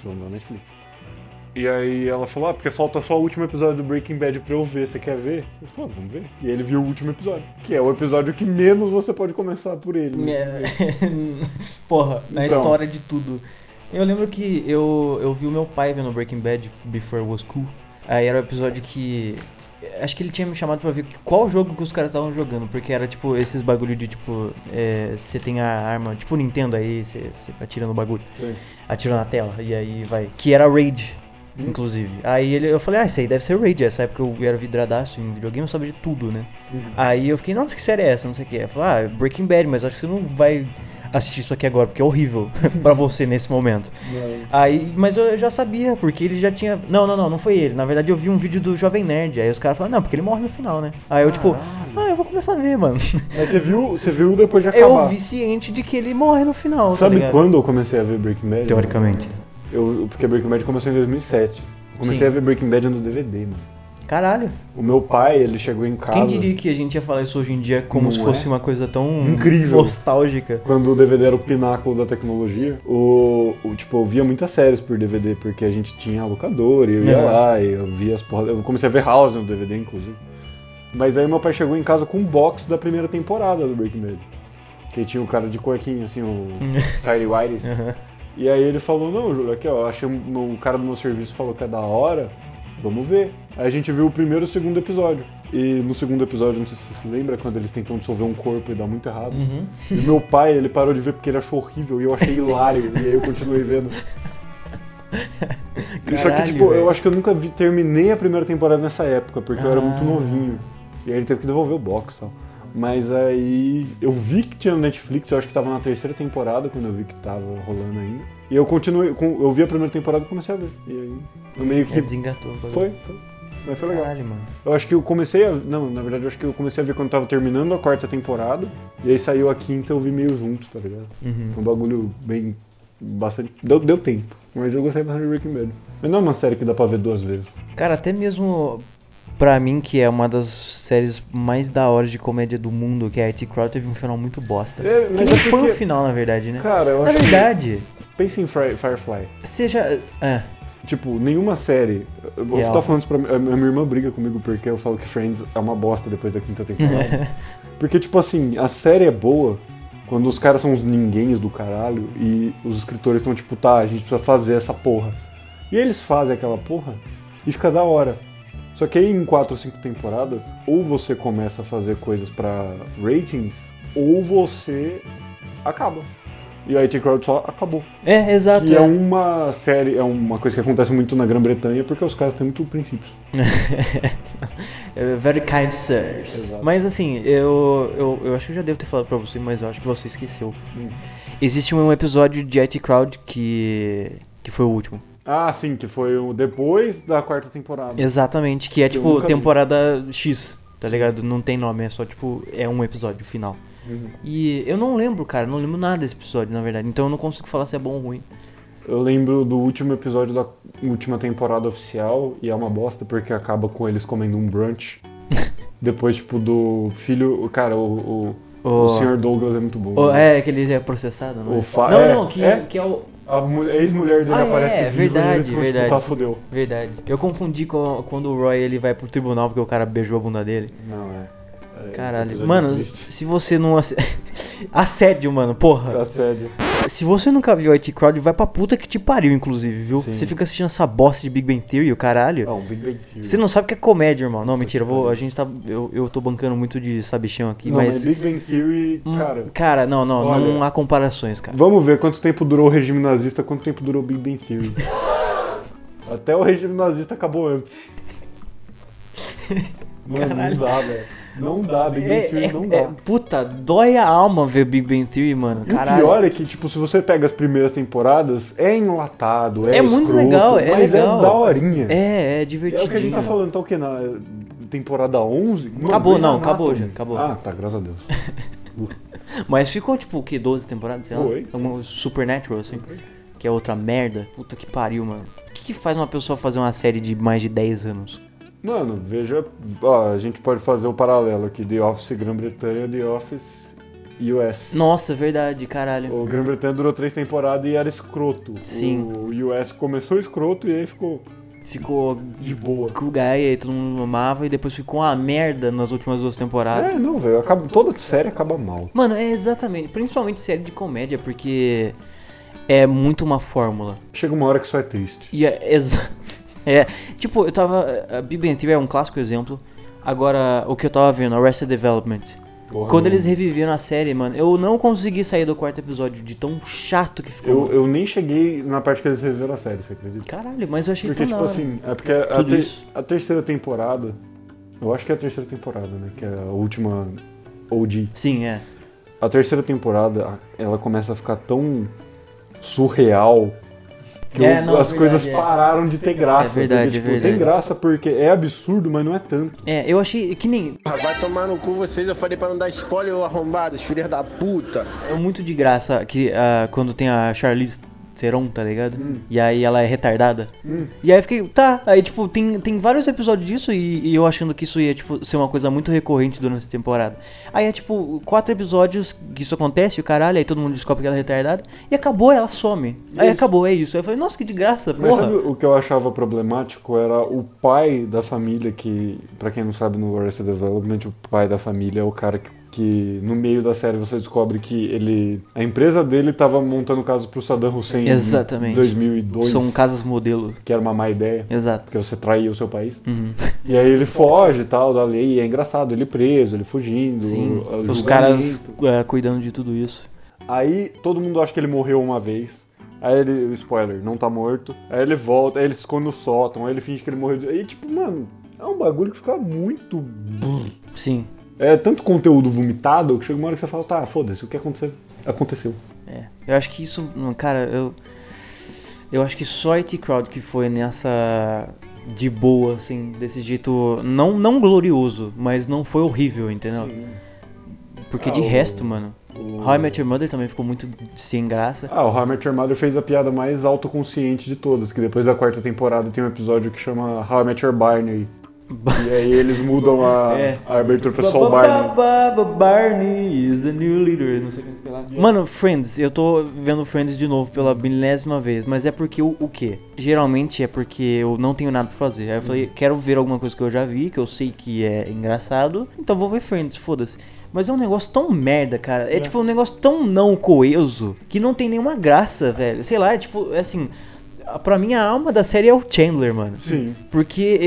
E aí ela falou, porque falta só o último episódio do Breaking Bad pra eu ver, você quer ver? Eu falei, vamos ver. E aí ele viu o último episódio, que é o episódio que menos você pode começar por ele. Né? Porra, na história de tudo. Eu lembro que eu vi o meu pai vendo Breaking Bad, Before It Was Cool. Aí era o episódio que... Acho que ele tinha me chamado pra ver qual jogo que os caras estavam jogando, porque era tipo esses bagulho de tipo, você tem a arma, tipo Nintendo aí, você atira no bagulho, atira na tela, e aí vai. Que era Raid. Inclusive. Aí eu falei, isso aí deve ser Raid. Essa época eu era vidradaço em videogame, eu sabia de tudo, né? Aí eu fiquei, nossa, que série é essa? Não sei o que. Eu falei, Breaking Bad, mas acho que você não vai assistir isso aqui agora, porque é horrível pra você nesse momento. Aí, mas eu já sabia, porque ele já tinha... Não foi ele. Na verdade eu vi um vídeo do Jovem Nerd. Aí os caras falaram, não, porque ele morre no final, né? Aí eu tipo, eu vou começar a ver, mano. Mas você viu depois de acabar? Eu vi ciente de que ele morre no final. Sabe quando eu comecei a ver Breaking Bad? Teoricamente. Porque Breaking Bad começou em 2007. Comecei a ver Breaking Bad no DVD, mano. Caralho. O meu pai, ele chegou em casa... Quem diria que a gente ia falar isso hoje em dia como se fosse uma coisa tão incrível, nostálgica. Quando o DVD era o pináculo da tecnologia. Tipo, eu via muitas séries por DVD, porque a gente tinha locador, e eu ia lá, e eu via as porra... Eu comecei a ver House no DVD, inclusive. Mas aí meu pai chegou em casa com um box da primeira temporada do Breaking Bad. Que tinha o cara de cuequinha, assim, o Tyree Whites. E aí ele falou, não, Júlio, aqui ó, achei o cara do meu serviço falou que é da hora, vamos ver. Aí a gente viu o primeiro e o segundo episódio. E no segundo episódio, não sei se você se lembra, quando eles tentam dissolver um corpo e dá muito errado. E meu pai, ele parou de ver porque ele achou horrível e eu achei hilário. E aí eu continuei vendo. Caralho, só que, tipo, eu acho que eu nunca terminei a primeira temporada nessa época, porque eu era muito novinho. E aí ele teve que devolver o box e tal. Mas aí eu vi que tinha no Netflix, eu acho que tava na 3ª temporada quando eu vi que tava rolando ainda. E eu continuei, eu vi a primeira temporada e comecei a ver. E aí eu meio que... Desengatou. Foi. Mas foi legal. Caralho, mano. Eu acho que eu comecei a... Não, na verdade eu acho que eu comecei a ver quando tava terminando a 4ª temporada. E aí saiu a 5ª, eu vi meio junto, tá ligado? Foi um bagulho bem... bastante... Deu tempo. Mas eu gostei bastante de Breaking Bad. Mas não é uma série que dá pra ver 2 vezes. Cara, até mesmo pra mim, que é uma das séries mais da hora de comédia do mundo, que é a IT Crowd, teve um final muito bosta. É, que mas nem é foi um porque- final, na verdade, né? Cara, eu Na acho verdade, que... Pensa em Firefly. seja... Tipo, nenhuma série... Eu Real. tava falando isso pra a minha irmã briga comigo porque eu falo que Friends é uma bosta depois da 5ª temporada. Porque, tipo assim, a série é boa quando os caras são os ninguéms do caralho e os escritores estão tipo, tá, a gente precisa fazer essa porra. E eles fazem aquela porra e fica da hora. Só que aí em 4 ou 5 temporadas, ou você começa a fazer coisas pra ratings, ou você acaba. E a IT Crowd só acabou. Exato. Que é uma série, é uma coisa que acontece muito na Grã-Bretanha porque os caras têm muito princípios. Very kind sirs. Exato. Mas assim, eu acho que eu já devo ter falado pra você, mas eu acho que você esqueceu. Existe um episódio de IT Crowd que foi o último. Ah, sim, que foi o depois da 4ª temporada. Exatamente, que é Eu tipo nunca vi. temporada X, tá ligado? Não tem nome, é só tipo, é um episódio final. E eu não lembro, cara, não lembro nada desse episódio, na verdade. Então eu não consigo falar se é bom ou ruim. Eu lembro do último episódio da última temporada oficial e é uma bosta porque acaba com eles comendo um brunch. Depois, tipo, do filho... Cara, o Sr. Douglas é muito bom. Né? É, que ele é processado, não é? O Que é o... A ex-mulher dele aparece viva verdade, e eles ficam, verdade. tipo, tá, fudeu. Verdade. Eu confundi com quando o Roy ele vai pro tribunal porque o cara beijou a bunda dele. Não, Caralho. Mano, se você não... Assédio, mano, porra. Assédio. Se você nunca viu IT Crowd, vai pra puta que te pariu, inclusive, viu? Sim. Você fica assistindo essa bosta de Big Bang Theory, o caralho. Não, Big Bang Theory. Você não sabe o que é comédia, irmão. Não, mentira, a gente tá... Eu tô bancando muito de sabichão aqui, Não, mas... Big Bang Theory, cara... Cara, não Olha, há comparações, cara. Vamos ver quanto tempo durou o regime nazista, quanto tempo durou o Big Bang Theory. Até o regime nazista acabou antes. Mano, Caralho. não dá, velho. Não dá, Big Bang Theory não dá. Puta, dói a alma ver Big Bang Theory, mano. E o Caralho. pior é que, tipo, se você pega as primeiras temporadas, é enlatado, É muito escroto, legal, é mas legal. é daorinha. É divertido. É o que a gente tá falando, tá o quê? Na temporada 11? Mano, Acabou, Grey's não, acabou Anatomy. já, acabou. Ah, tá, graças a Deus. Mas ficou, tipo, o quê? 12 temporadas, sei lá? Foi. Alguma Supernatural, assim. Que é outra merda. Puta que pariu, mano. O que faz uma pessoa fazer uma série de mais de 10 anos? Mano, veja, ó, a gente pode fazer o paralelo aqui, The Office Grã-Bretanha, The Office US. Nossa, verdade, caralho. O Grã-Bretanha durou 3 temporadas e era escroto. Sim. O US começou escroto e aí ficou Ficou de boa. cool guy, aí todo mundo amava, e depois ficou uma merda nas últimas 2 temporadas. É, não, velho, toda série acaba mal. Mano, é exatamente, principalmente série de comédia, porque é muito uma fórmula. Chega uma hora que só é triste. E tipo, eu tava... A Big Bang Theory é um clássico exemplo. Agora, o que eu tava vendo, Arrested Development. Porra, Quando não. eles reviveram a série, mano, eu não consegui sair do 4º episódio de tão chato que ficou. Eu nem cheguei na parte que eles reviveram a série, você acredita? Caralho, mas eu achei Porque, tão tipo da hora. assim, é porque Tudo isso. a terceira temporada, eu acho que é a terceira temporada, né, que é a última OG. Sim, é. A terceira temporada, ela começa a ficar tão surreal que É, as não, é verdade, coisas é. pararam de ter graça. É verdade, porque, tipo, é verdade. tem graça porque é absurdo, mas não é tanto. É, eu achei que nem... Vai tomar no cu vocês, eu falei pra não dar spoiler, ô arrombados, filhos da puta. É muito de graça que quando tem a Charlize Theron, tá ligado? E aí ela é retardada. E aí eu fiquei, tá. Aí, tipo, tem vários episódios disso e eu achando que isso ia, tipo, ser uma coisa muito recorrente durante a temporada. Aí é, tipo, 4 episódios que isso acontece, o caralho, aí todo mundo descobre que ela é retardada. E acabou, ela some. Aí Isso. acabou, é isso. Aí eu falei, nossa, que de graça, Mas porra. sabe o que eu achava problemático? Era o pai da família que, pra quem não sabe, no Arrested Development, o pai da família é o cara que no meio da série você descobre que a empresa dele tava montando caso pro Saddam Hussein Exatamente. em 2002, São casas modelo. que era uma má ideia, Exato. porque você traía o seu país. Uhum. E aí ele foge e tal da lei, e é engraçado, ele preso, ele fugindo, Sim. o Os julgamento. caras cuidando de tudo isso. Aí todo mundo acha que ele morreu uma vez. Aí ele, spoiler, não tá morto. Aí ele volta, aí ele se esconde no sótão, aí ele finge que ele morreu. Aí tipo, mano, é um bagulho que fica muito... Sim. É tanto conteúdo vomitado que chega uma hora que você fala, tá, foda-se, o que aconteceu. Eu acho que isso, cara, eu acho que só IT Crowd que foi nessa de boa, assim, desse jeito, não glorioso, mas não foi horrível, entendeu? Sim. Porque de resto, mano, How I Met Your Mother também ficou muito sem graça. O How I Met Your Mother fez a piada mais autoconsciente de todas, que depois da 4ª temporada tem um episódio que chama How I Met Your Barney. E aí eles mudam a abertura pra só o Barney. Barney is the new leader, não sei o que lá. Mano, Friends, eu tô vendo Friends de novo pela 1000ª vez, mas é porque o quê? Geralmente é porque eu não tenho nada pra fazer. Aí eu falei, quero ver alguma coisa que eu já vi, que eu sei que é engraçado, então vou ver Friends, foda-se. Mas é um negócio tão merda, cara. É tipo um negócio tão não coeso que não tem nenhuma graça, velho. Sei lá, é tipo, é assim... Pra mim, a alma da série é o Chandler, mano. Sim. Porque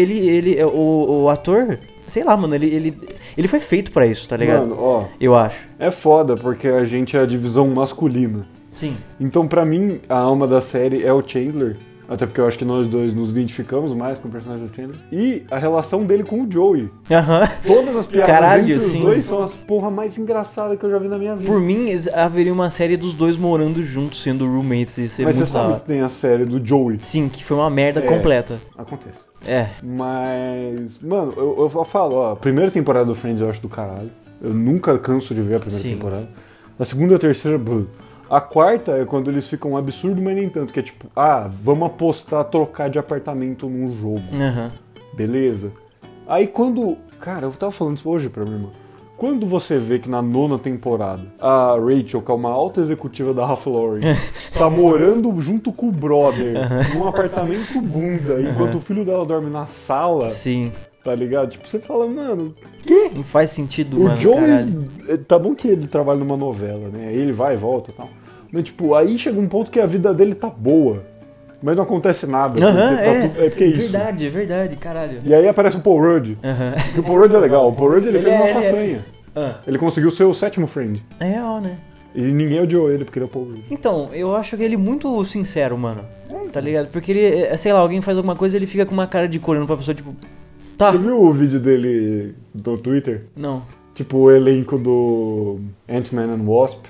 o ator, sei lá, mano, ele foi feito pra isso, tá ligado? Mano, ó. Eu acho. É foda, porque a gente é a divisão masculina. Sim. Então, pra mim, a alma da série é o Chandler. Até porque eu acho que nós dois nos identificamos mais com o personagem do Chandler. E a relação dele com o Joey. Aham. Todas as piadas Caralho, entre os sim. dois são as porra mais engraçadas que eu já vi na minha vida. Por mim, haveria uma série dos dois morando juntos, sendo roommates, e ser Mas muito você sabe que tem a série do Joey. Sim, que foi uma merda completa. Acontece. É. Mas, mano, eu falo, ó, a primeira temporada do Friends eu acho do caralho. Eu nunca canso de ver a primeira temporada. A segunda e a terceira, a 4ª é quando eles ficam um absurdo, mas nem tanto. Que é tipo, vamos apostar, trocar de apartamento num jogo. Aham. Beleza? Aí quando... Cara, eu tava falando isso hoje pra minha irmã. Quando você vê que na 9ª temporada a Rachel, que é uma alta executiva da Ralph Lauren, tá morando junto com o brother num apartamento bunda, enquanto o filho dela dorme na sala, Sim. tá ligado? Tipo, você fala, mano... Não faz sentido, O mano, Joey, caralho. tá bom que ele trabalha numa novela, né? Ele vai e volta e tal. Mas, tipo, aí chega um ponto que a vida dele tá boa, mas não acontece nada. Porque é isso. Verdade, caralho. E aí aparece o Paul Rudd. E o Paul Rudd é legal. O Paul Rudd ele fez uma façanha. Ele conseguiu ser o 7º friend. É real, né? E ninguém odiou ele porque ele é o Paul Rudd. Então, eu acho que ele é muito sincero, mano. Tá ligado? Porque ele, sei lá, alguém faz alguma coisa ele fica com uma cara de olhando pra pessoa, tipo... Tá. Você viu o vídeo dele do Twitter? Não. Tipo, o elenco do Ant-Man and Wasp.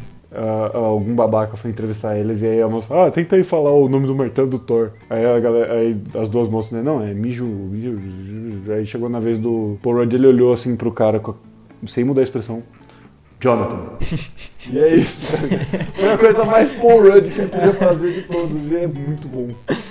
Algum babaca foi entrevistar eles e aí a moça, tenta aí falar o nome do martelo do Thor. Aí a galera, aí as duas moças, né, não, é Miju. Aí chegou na vez do Paul Rudd, ele olhou assim pro cara, sem mudar a expressão, Jonathan. E é isso. Foi a coisa mais Paul Rudd que ele podia fazer de todos e é muito bom.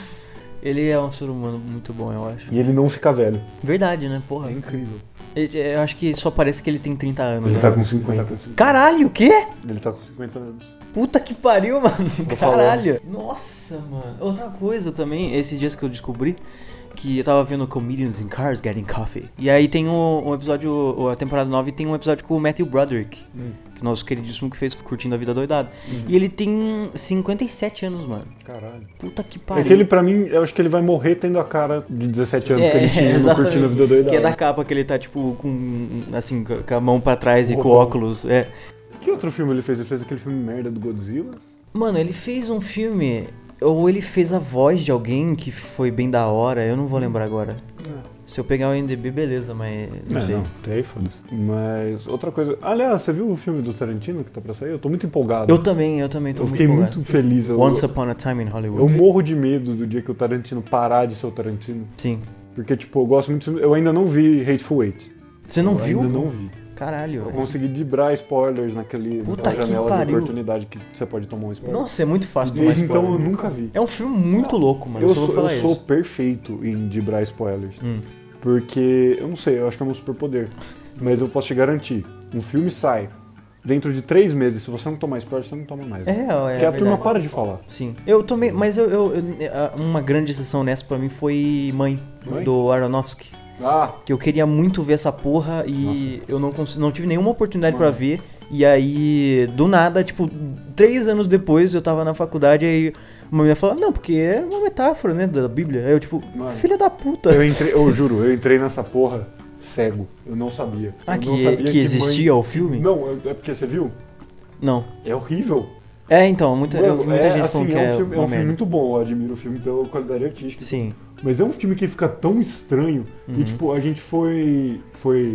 Ele é um ser humano muito bom, eu acho. E ele não fica velho. Verdade, né, porra. É incrível. Eu acho que só parece que ele tem 30 anos. Ele né? tá com 50. Caralho, o quê? Ele tá com 50 anos. Puta que pariu, mano. Tô Caralho. Nossa, mano. Outra coisa também, esses dias que eu descobri, que eu tava vendo Comedians in Cars Getting Coffee. E aí tem um episódio, a temporada 9 tem um episódio com o Matthew Broderick, que nosso queridíssimo que fez Curtindo a Vida Doidada. E ele tem 57 anos, mano. Caralho. Puta que pariu. É que ele, pra mim, eu acho que ele vai morrer tendo a cara de 17 anos que ele tinha no Curtindo a Vida Doidada. Que é da capa que ele tá, tipo, com, assim, com a mão pra trás e com óculos. É. Que outro filme ele fez? Ele fez aquele filme merda do Godzilla? Mano, ele fez um filme... Ou ele fez a voz de alguém que foi bem da hora, eu não vou lembrar agora. Se eu pegar o IMDb, beleza, mas não sei. Não, tem, foda-se. Mas outra coisa... Aliás, você viu o filme do Tarantino que tá pra sair? Eu tô muito empolgado. Eu também tô Eu muito fiquei empolgado. muito feliz. Once Upon a Time in Hollywood. Eu morro de medo do dia que o Tarantino parar de ser o Tarantino. Sim. Porque, tipo, eu gosto muito... Eu ainda não vi Hateful Eight. Você não viu? Ainda não vi. Caralho, Eu velho. consegui dibrar spoilers naquela janela de oportunidade que você pode tomar um spoiler. Nossa, é muito fácil tomar Desde spoiler. então eu nunca vi. É um filme muito louco, mano. Eu só vou sou, falar eu sou isso. perfeito em dibrar spoilers. Porque, eu não sei, eu acho que é um superpoder. Mas eu posso te garantir, um filme sai dentro de 3 meses, se você não tomar spoiler, você não toma mais. É Porque a turma para de falar. Sim. Eu tomei, mas uma grande exceção nessa pra mim foi Mãe? Do Aronofsky. Que eu queria muito ver essa porra e eu não tive nenhuma oportunidade pra ver. E aí, do nada, tipo, 3 anos depois eu tava na faculdade e aí uma menina falou, não, porque é uma metáfora, né, da Bíblia. Aí eu, tipo, filha da puta. Eu juro, eu entrei nessa porra cego. Eu não sabia. Eu não sabia que existia o filme? Não, é porque você viu? Não. É horrível. É, então, muita gente falando que é um filme muito bom, eu admiro o filme pela qualidade artística. Sim. Mas é um filme que fica tão estranho e, tipo, a gente foi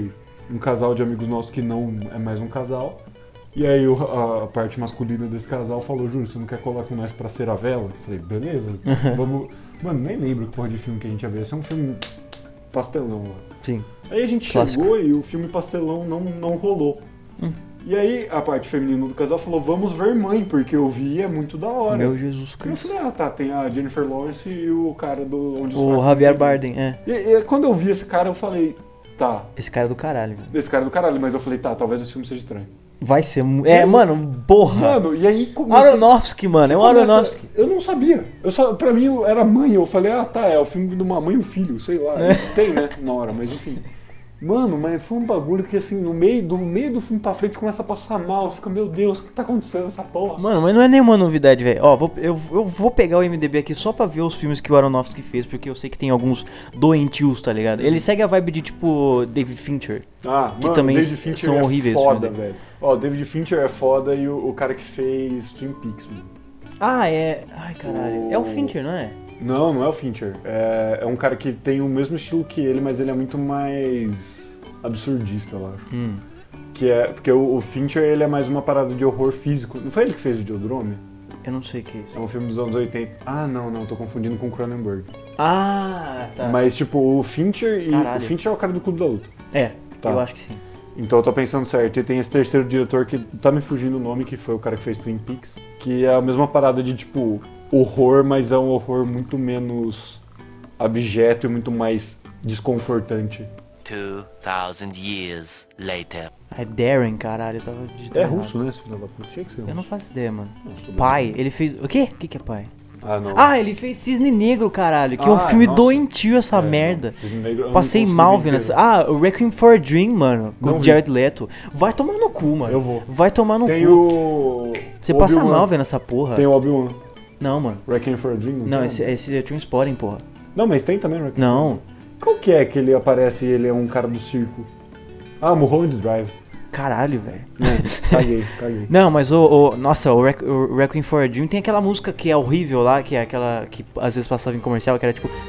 um casal de amigos nossos que não é mais um casal. E aí a parte masculina desse casal falou, Júlio, você não quer colar com nós pra ser a vela? Eu falei, beleza, vamos... Mano, nem lembro que porra de filme que a gente ia ver. Esse é um filme pastelão lá. Sim. Aí a gente Clássico. chegou e o filme pastelão não rolou. E aí a parte feminina do casal falou, vamos ver Mãe, porque eu vi e é muito da hora. Meu Jesus Eu Cristo. falei, tá, tem a Jennifer Lawrence e o cara do Onde os O Fracos Javier Vivem. Bardem, é. E quando eu vi esse cara, eu falei, tá, Esse cara é do caralho, velho. esse cara é do caralho, mas eu falei, tá, talvez esse filme seja estranho. Vai ser... mano, porra. Mano, e aí começa... Aronofsky, mano, é um Aronofsky. Eu não sabia. Pra mim era Mãe, eu falei, tá, é o filme de uma mãe e um filho, sei lá. Tem, né, na hora, mas enfim. Mano, mas foi um bagulho que assim, no meio do filme pra frente, você começa a passar mal, você fica, meu Deus, o que tá acontecendo nessa porra? Mano, mas não é nenhuma novidade, velho. Ó, eu vou pegar o IMDb aqui só pra ver os filmes que o Aronofsky fez, porque eu sei que tem alguns doentios, tá ligado? Ele segue a vibe de, tipo, David Fincher. Ah, Que também David Fincher são é horríveis, foda, filme velho. Ó, David Fincher é foda e o cara que fez Twin Peaks, mano. Ah, é... Ai, caralho. É o Fincher, não é? Não é o Fincher. É um cara que tem o mesmo estilo que ele, mas ele é muito mais absurdista, eu acho. Que é... Porque o Fincher, ele é mais uma parada de horror físico. Não foi ele que fez o Videodrome? Eu não sei o que é É isso. um filme dos anos 80. Ah, não, tô confundindo com o Cronenberg. Ah, tá. Mas, tipo, o Fincher... Caralho. O Fincher é o cara do Clube da Luta. É, Tá. eu acho que sim. Então eu tô pensando certo. E tem esse terceiro diretor que tá me fugindo o nome, que foi o cara que fez Twin Peaks. Que é a mesma parada de, tipo, horror, mas é um horror muito menos abjeto e muito mais desconfortante. 2,000 years later. É Darren, caralho, eu tava digitando É errado. russo, né, esse filho da puta? Tinha que ser russo. Eu não faço ideia, mano. Nossa, Pai, ele fez... O quê? O que é pai? Ah, não. Ah, ele fez Cisne Negro, caralho. Que é um Ah, filme nossa. doentio essa É, merda. não. Cisne Negro eu não Passei consegui mal ver vendo inteiro. essa. Ah, o Requiem for a Dream, mano. Com Não o vi. Jared Leto. Vai tomar no cu, mano. Eu vou. Vai tomar no Tem cu. o... Você o passa Obi-Wan. mal vendo essa porra. Tem o Obi-Wan. Não, mano. Requiem for a Dream? Não, tem? esse é Trainspotting, porra. Não, mas tem também o Requiem Não. for a Dream. Qual que é que ele aparece e ele é um cara do circo? Ah, Mulholland Drive. Caralho, velho. Caguei. Não, mas nossa, o Requiem for a Dream tem aquela música que é horrível lá, que é aquela que às vezes passava em comercial, que era tipo...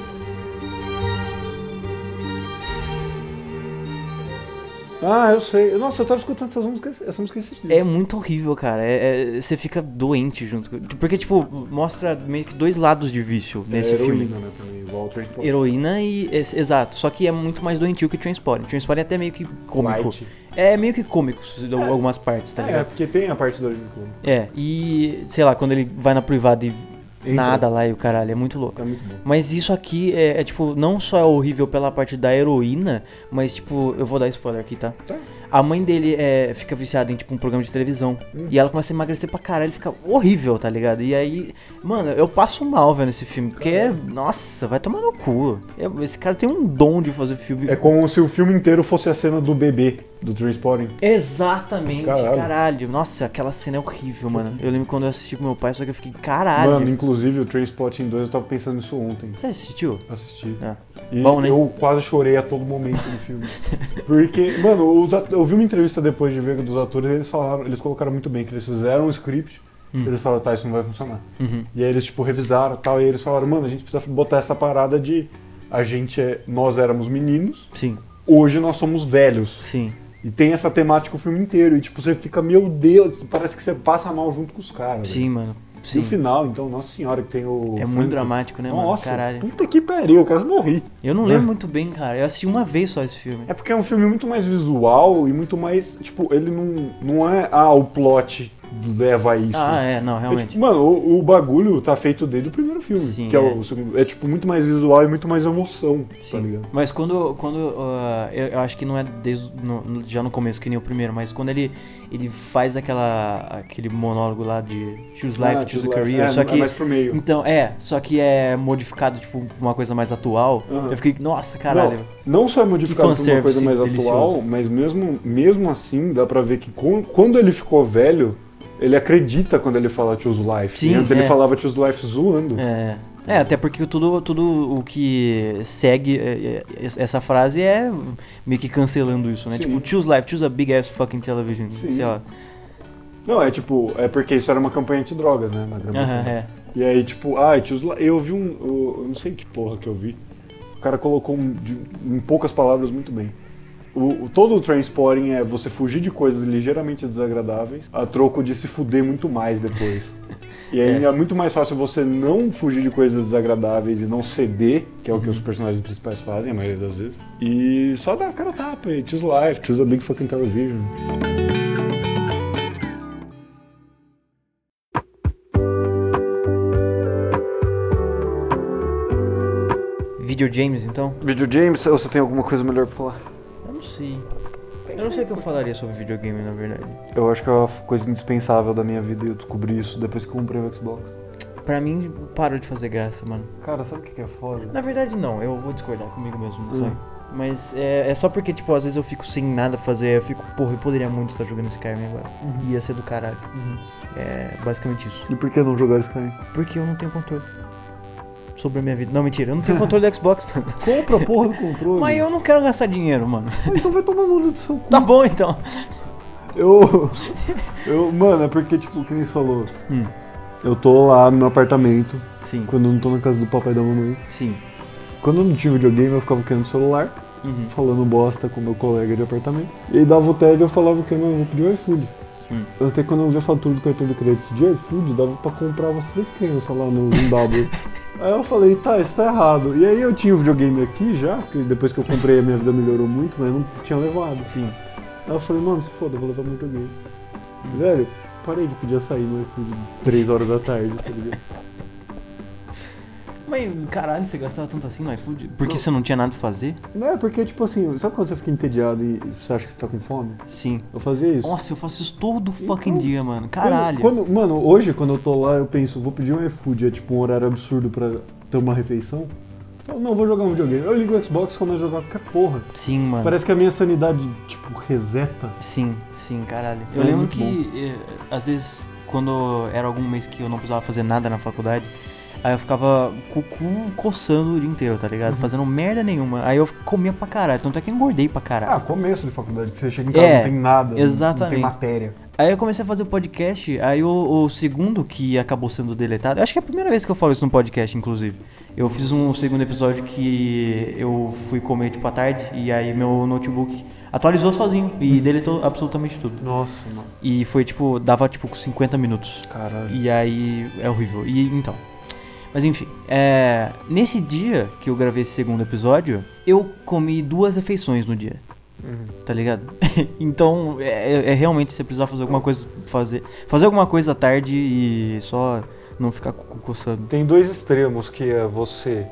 Ah, eu sei. Nossa, eu tava escutando essa música esses dias. É muito horrível, cara. Você fica doente junto. Porque, tipo, mostra meio que dois lados de vício nesse heroína, filme. né, também, igual o Transport. Heroína e... exato. Só que é muito mais doentio que Trainspotting. Trainspotting é até meio que cômico. Light. É meio que cômico, algumas partes, tá É, ligado? porque tem a parte do Oliver Club. É, e... sei lá, quando ele vai na privada e Entra. nada lá e o caralho, é muito louco. É muito bom. Mas isso aqui é, tipo, não só é horrível pela parte da heroína, mas, tipo, eu vou dar spoiler aqui, tá? Tá. A mãe dele fica viciada em, tipo, um programa de televisão. E ela começa a emagrecer pra caralho, fica horrível, tá ligado? E aí, mano, eu passo mal vendo esse filme, porque, nossa, vai tomar no cu. Esse cara tem um dom de fazer filme. É como se o filme inteiro fosse a cena do bebê, do Transporting. Exatamente, Caralho. caralho. Nossa, aquela cena é horrível, mano. Eu lembro quando eu assisti com meu pai, só que eu fiquei, caralho. Mano, inclusive o Transporting 2 eu tava pensando nisso ontem. Você assistiu? Assisti. Ah. E Bom, né? eu quase chorei a todo momento do filme. Porque, mano, eu vi uma entrevista depois de ver dos atores e eles colocaram muito bem que eles fizeram um script. Eles falaram, tá, isso não vai funcionar. E aí eles, tipo, revisaram e tal, e eles falaram, mano, a gente precisa botar essa parada de nós éramos meninos, Sim, hoje nós somos velhos. sim. E tem essa temática o filme inteiro, e tipo, você fica, meu Deus, parece que você passa mal junto com os caras. Sim, mano. E Sim. o final, então, nossa senhora, que tem o... É Frank. muito dramático, né, mano? Nossa, Caralho. puta que pariu, eu quase morri. Eu não lembro muito bem, cara. Eu assisti uma vez só esse filme. É porque é um filme muito mais visual e muito mais, tipo, ele não é, o plot leva a isso. Não, É, realmente. tipo, mano, o bagulho tá feito desde o primeiro filme, Sim, que é o segundo. É, tipo, muito mais visual e muito mais emoção, tá Sim. ligado? Mas quando eu acho que não é já no começo que nem o primeiro, mas quando ele faz aquele monólogo lá de Choose Life, Choose a Career, só que é mais pro meio. então só que é modificado tipo uma coisa mais atual. Aham. Eu fiquei, nossa, caralho. Não só é modificado pra uma coisa fanservice mais delicioso. atual, mas mesmo assim dá pra ver que quando ele ficou velho, ele acredita quando ele fala Choose Life. Sim, e antes ele falava Choose Life zoando. Até porque tudo o que segue essa frase é meio que cancelando isso, né? Sim. Tipo, choose life, choose a big ass fucking television, Sim. sei lá. Não, é porque isso era uma campanha de drogas, né? Na Grã-Bretanha. É. E aí, tipo, Choose Life, eu vi eu não sei que porra que eu vi. O cara colocou em poucas palavras muito bem. Todo o Trainspotting é você fugir de coisas ligeiramente desagradáveis a troco de se fuder muito mais depois. E aí é muito mais fácil você não fugir de coisas desagradáveis e não ceder, que é o que os personagens principais fazem a maioria das vezes, e só dar a cara a tapa e choose life, choose a big fucking television. Videogames, então? Videogames, ou você tem alguma coisa melhor pra falar? Eu não sei. Eu não sei o que eu falaria sobre videogame, na verdade. Eu acho que é uma coisa indispensável da minha vida e eu descobri isso depois que eu comprei o Xbox. Pra mim, parou de fazer graça, mano. Cara, sabe o que é foda? Na verdade, não. Eu vou discordar comigo mesmo, não sei. Mas é só porque, tipo, às vezes eu fico sem nada pra fazer. Eu fico, porra, eu poderia muito estar jogando Skyrim agora. Ia ser do caralho. É basicamente isso. E por que não jogar Skyrim? Porque eu não tenho controle sobre a minha vida. Não, mentira, eu não tenho controle do Xbox, mano. Compra a porra do controle. Mas eu não quero gastar dinheiro, mano. Então vai tomar no olho do seu cu. Tá bom, então. Mano, é porque, tipo, o que você falou. Eu tô lá no meu apartamento. Sim. Quando eu não tô na casa do papai e da mamãe. Sim. Quando eu não tinha videogame, eu ficava querendo celular. Falando bosta com meu colega de apartamento. E aí dava o tédio e eu falava que eu não vou pedir o iFood. Até quando eu vi a fatura do cartão de crédito de iFood, dava pra comprar umas 3 crianças lá no W. Aí eu falei, tá, isso tá errado. E aí eu tinha o videogame aqui já, que depois que eu comprei a minha vida melhorou muito, mas eu não tinha levado. Sim. Aí eu falei, mano, se foda, eu vou levar meu videogame. Velho, parei de pedir açaí no iFood 3 horas da tarde, tá ligado? Mas, caralho, você gastava tanto assim no iFood? Porque você não tinha nada pra fazer? Não, é porque, tipo assim, sabe quando você fica entediado e você acha que você tá com fome? Sim. Eu fazia isso. Nossa, eu faço isso todo fucking dia, mano. Caralho. Mano, hoje, quando eu tô lá, eu penso, vou pedir um iFood, é tipo um horário absurdo pra ter uma refeição. Eu não, vou jogar um videogame. Eu ligo o Xbox e começo a jogar qualquer porra. Sim, mano. Parece que a minha sanidade, tipo, reseta. Sim, caralho. Isso Eu é lembro muito que, às vezes, quando era algum mês que eu não precisava fazer nada na faculdade, aí eu ficava com o cu coçando o dia inteiro, tá ligado? Fazendo merda nenhuma. Aí eu comia pra caralho, tanto é que eu engordei pra caralho. Ah, começo de faculdade, você chega em casa não tem nada, exatamente. não tem matéria. Aí eu comecei a fazer o podcast, aí o segundo que acabou sendo deletado, acho que é a primeira vez que eu falo isso no podcast, inclusive. Eu fiz um segundo episódio que eu fui comer, tipo, à tarde, e aí meu notebook atualizou sozinho e deletou absolutamente tudo. Nossa, mano. E foi, tipo, dava, tipo, 50 minutos. Caralho. E aí é horrível. E então... Mas enfim, nesse dia que eu gravei esse segundo episódio, eu comi 2 refeições no dia. Tá ligado? Então, realmente você precisar fazer alguma coisa, fazer alguma coisa à tarde e só não ficar coçando. Tem 2 extremos, que é você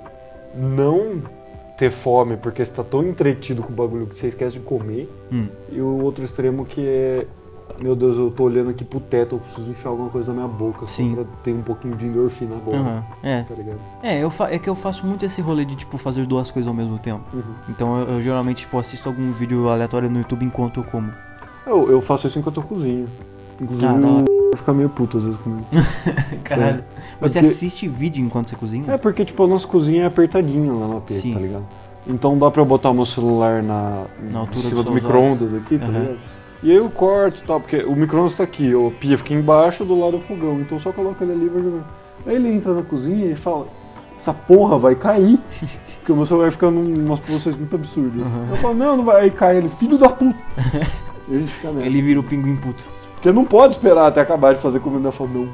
não ter fome porque você tá tão entretido com o bagulho que você esquece de comer. E o outro extremo que é, meu Deus, eu tô olhando aqui pro teto, eu preciso enfiar alguma coisa na minha boca. Sim. Só pra ter um pouquinho de endorfina agora. Tá ligado? É que eu faço muito esse rolê de, tipo, fazer 2 coisas ao mesmo tempo. Então eu geralmente, tipo, assisto algum vídeo aleatório no YouTube enquanto eu como. Eu faço isso enquanto eu cozinho. Inclusive eu fico meio puto às vezes comigo. Caralho. Sério. Você Porque- assiste vídeo enquanto você cozinha? É porque, tipo, a nossa cozinha é apertadinha lá no AP, Sim. tá ligado? Então dá pra eu botar o meu celular na altura em cima dos do seus micro-ondas aqui, tá ligado? E aí eu corto e tal, porque o micro-ondas tá aqui, a pia fica embaixo do lado do fogão, então só coloca ele ali e vai jogando. Aí ele entra na cozinha e fala, essa porra vai cair, porque o meu celular fica em umas posições muito absurdas. Eu falo, não vai, aí cai ele, filho da puta. E a gente fica nessa. Ele vira o pinguim puto. Porque não pode esperar até acabar de fazer comida, eu falo, não.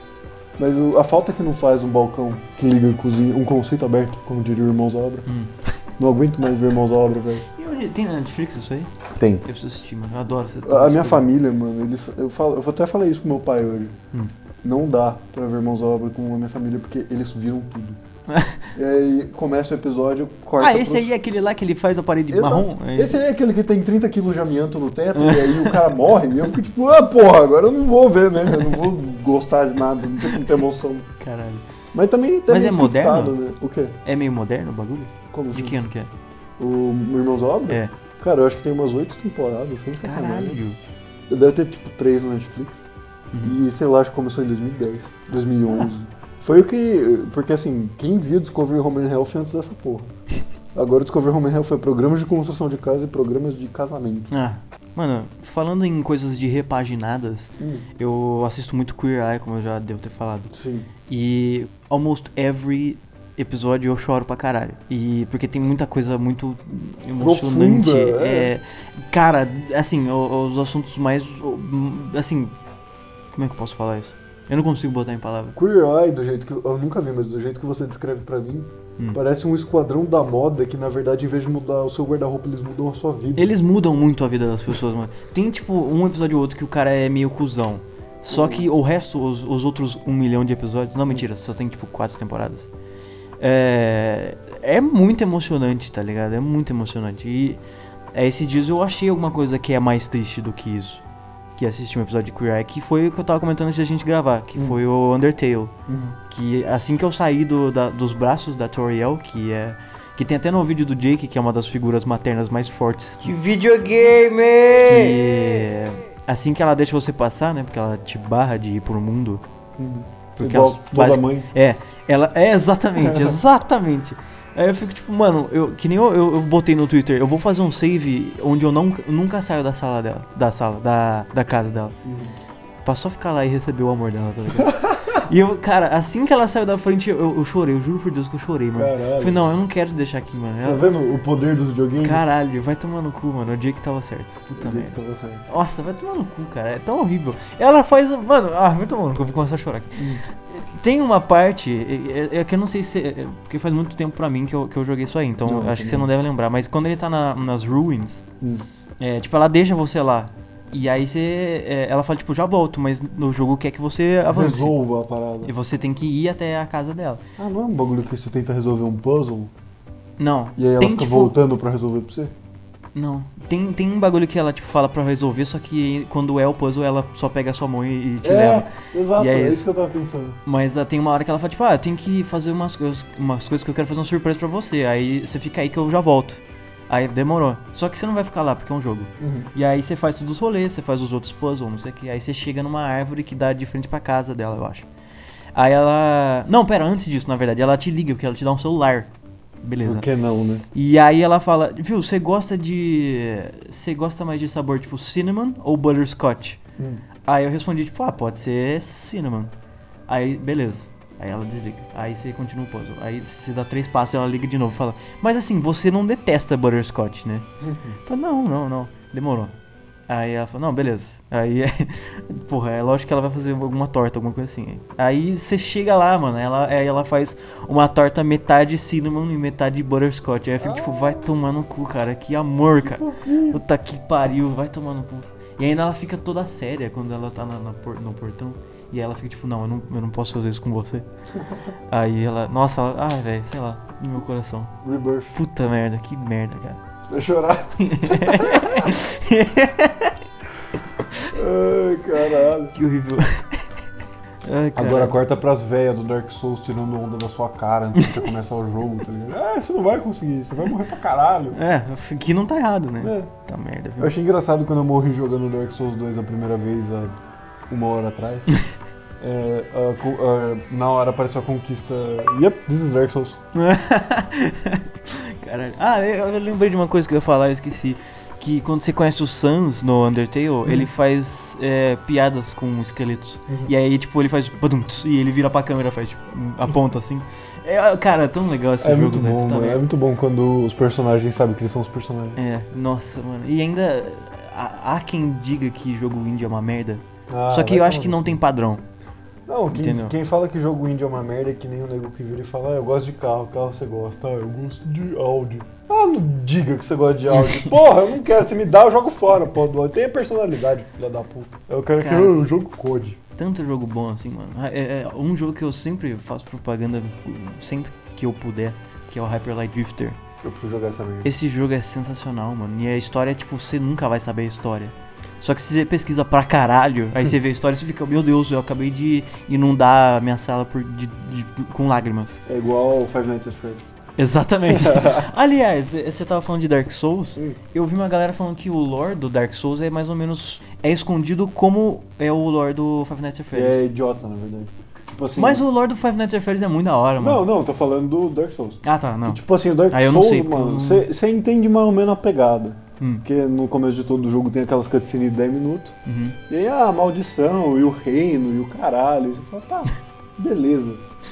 Mas a falta que não faz um balcão que liga a cozinha, um conceito aberto, como diria o Irmãos à Obra. Não aguento mais ver Irmãos à Obra, velho. E onde tem na Netflix isso aí? Tem. Eu preciso assistir, mano. Eu adoro essa A minha família, mano, eu até falei isso pro meu pai hoje. Não dá pra ver Irmãos à Obra com a minha família, porque eles viram tudo. E aí começa o episódio, corta esse aí é aquele lá que ele faz a parede marrom? Esse aí é aquele que tem 30 kg de amianto no teto e aí o cara morre e eu fico tipo, porra, agora eu não vou ver, né? Eu não vou gostar de nada, não tem como ter emoção. Caralho. Mas também Mas é scriptado, moderno? né? O quê? É meio moderno o bagulho? Como De assim? que ano que é? O Irmãos à Obra? É. Cara, eu acho que tem umas 8 temporadas, sem sacanagem. Caralho. Deve ter tipo 3 na Netflix. E sei lá, acho que começou em 2010, 2011. Foi o que... Porque assim, quem via Discovery Home and Health antes dessa porra? Agora o Discovery Home and Health foi programas de construção de casa e programas de casamento. Mano, falando em coisas de repaginadas, eu assisto muito Queer Eye, como eu já devo ter falado. Sim. E almost every episódio eu choro pra caralho. E porque tem muita coisa muito emocionante. Profunda, Cara, assim, os assuntos mais. Assim. Como é que eu posso falar isso? Eu não consigo botar em palavras. Queer Eye, do jeito que eu nunca vi, mas do jeito que você descreve pra mim, parece um esquadrão da moda que, na verdade, em vez de mudar o seu guarda-roupa, eles mudam a sua vida. Eles mudam muito a vida das pessoas, mano. Tem, tipo, um episódio ou outro que o cara é meio cuzão. Só que o resto, os outros 1 milhão de episódios... Não, mentira, só tem, tipo, 4 temporadas. É muito emocionante, tá ligado? É muito emocionante. E esses dias eu achei alguma coisa que é mais triste do que isso. Que assisti um episódio de Queer Eye, que foi o que eu tava comentando antes da gente gravar, que foi o Undertale. Que assim que eu saí dos braços da Toriel, que tem até no vídeo do Jake, que é uma das figuras maternas mais fortes de videogame! Que assim que ela deixa você passar, né, porque ela te barra de ir pro mundo. Porque igual toda mãe. Ela exatamente, exatamente. Aí eu fico tipo, mano, que nem eu botei no Twitter, eu vou fazer um save onde eu nunca saio da sala dela, da casa dela. Pra só ficar lá e receber o amor dela, tá ligado? E eu, cara, assim que ela saiu da frente, eu chorei, eu juro por Deus que eu chorei, mano. Caralho. Falei, não, eu não quero te deixar aqui, mano. Tá vendo o poder dos videogames? Caralho, vai tomar no cu, mano. O Jake tava certo. Puta merda. Tava certo. Nossa, vai tomar no cu, cara. É tão horrível. Ela faz. Mano, vai tomar no cu, eu vou começar a chorar aqui. Tem uma parte, que eu não sei se. Porque faz muito tempo pra mim que eu joguei isso aí, então acho que você não deve lembrar. Mas quando ele tá nas ruins, tipo, ela deixa você lá. E aí ela fala, tipo, já volto, mas no jogo quer que você avance. Resolva a parada. E você tem que ir até a casa dela. Ah, não é um bagulho que você tenta resolver um puzzle? Não. E aí ela fica voltando pra resolver pra você? Não. Tem um bagulho que ela, tipo, fala pra resolver, só que quando é o puzzle, ela só pega a sua mão e te leva. Exato, E é isso que eu tava pensando. Mas tem uma hora que ela fala, tipo, eu tenho que fazer umas coisas que eu quero fazer uma surpresa pra você. Aí você fica aí que eu já volto. Aí demorou. Só que você não vai ficar lá, porque é um jogo. E aí você faz todos os rolês, você faz os outros puzzles, não sei o que. Aí você chega numa árvore que dá de frente pra casa dela, eu acho. Aí ela... Não, pera, antes disso, na verdade, ela te liga, porque ela te dá um celular. Beleza. Por que não, né? E aí ela fala, viu, você gosta mais de sabor tipo cinnamon ou butterscotch? Aí eu respondi, tipo, pode ser cinnamon. Aí, beleza. Aí ela desliga. Aí você continua o puzzle. Aí você dá 3 passos e ela liga de novo e fala, mas assim, você não detesta butterscotch, né? Eu falo, não. Demorou. Aí ela fala, não, beleza. Aí, porra, é lógico que ela vai fazer alguma torta, alguma coisa assim. Aí você chega lá, mano, aí ela faz uma torta metade cinnamon e metade butterscotch. Aí eu fico tipo, vai tomar no cu, cara, que amor, cara. Puta que pariu, vai tomar no cu. E ainda ela fica toda séria quando ela tá no portão. E aí ela fica tipo, não, eu não posso fazer isso com você. Aí ela, nossa, velho, sei lá, no meu coração. Rebirth. Puta merda, que merda, cara. Vai chorar. Ai, caralho. Que horrível. Ai, agora corta pras velhas do Dark Souls tirando onda da sua cara antes de você começar o jogo, tá ligado? Você não vai conseguir, você vai morrer pra caralho. Que não tá errado, né? Tá merda, viu? Eu achei engraçado quando eu morri jogando Dark Souls 2 a primeira vez, há 1 hora atrás. Na hora apareceu a conquista. Yep, this is Dark Souls. Caralho. Eu lembrei de uma coisa que eu ia falar, eu esqueci. Que quando você conhece o Sans no Undertale, ele faz piadas com esqueletos. E aí, tipo, ele faz badumts, e ele vira pra câmera, faz, tipo, aponta assim. Cara, é tão legal esse jogo, muito né? bom, mano. É muito bom quando os personagens sabem que eles são os personagens. Nossa, mano. E ainda há quem diga que jogo indie é uma merda. Só que eu acho que não tem padrão. Não, quem fala que jogo indie é uma merda é que nem o nego que vira e fala, eu gosto de carro você gosta, eu gosto de Audi. Não diga que você gosta de Audi. Porra, eu não quero, se me dá eu jogo fora, pô. Tenha personalidade, filha da puta. Eu quero que eu jogo COD. Tanto jogo bom assim, mano. Um jogo que eu sempre faço propaganda, sempre que eu puder, que é o Hyper Light Drifter. Eu preciso jogar essa merda. Esse jogo é sensacional, mano. E a história, tipo, você nunca vai saber a história. Só que se você pesquisa pra caralho, aí você vê a história e você fica, meu Deus, eu acabei de inundar a minha sala com lágrimas. É igual Five Nights at Freddy's. Exatamente. Aliás, você tava falando de Dark Souls, eu vi uma galera falando que o lore do Dark Souls é mais ou menos escondido como é o lore do Five Nights at Freddy's. É idiota, na verdade. Tipo assim, mas o lore do Five Nights at Freddy's é muito da hora, mano. Não, tô falando do Dark Souls. Tá, não. E, tipo assim, o Dark eu não Souls, sei, mano, você entende mais ou menos a pegada. Porque no começo de todo o jogo tem aquelas cutscenes de 10 minutos. E aí a maldição, e o reino, e o caralho. E você fala, tá, beleza.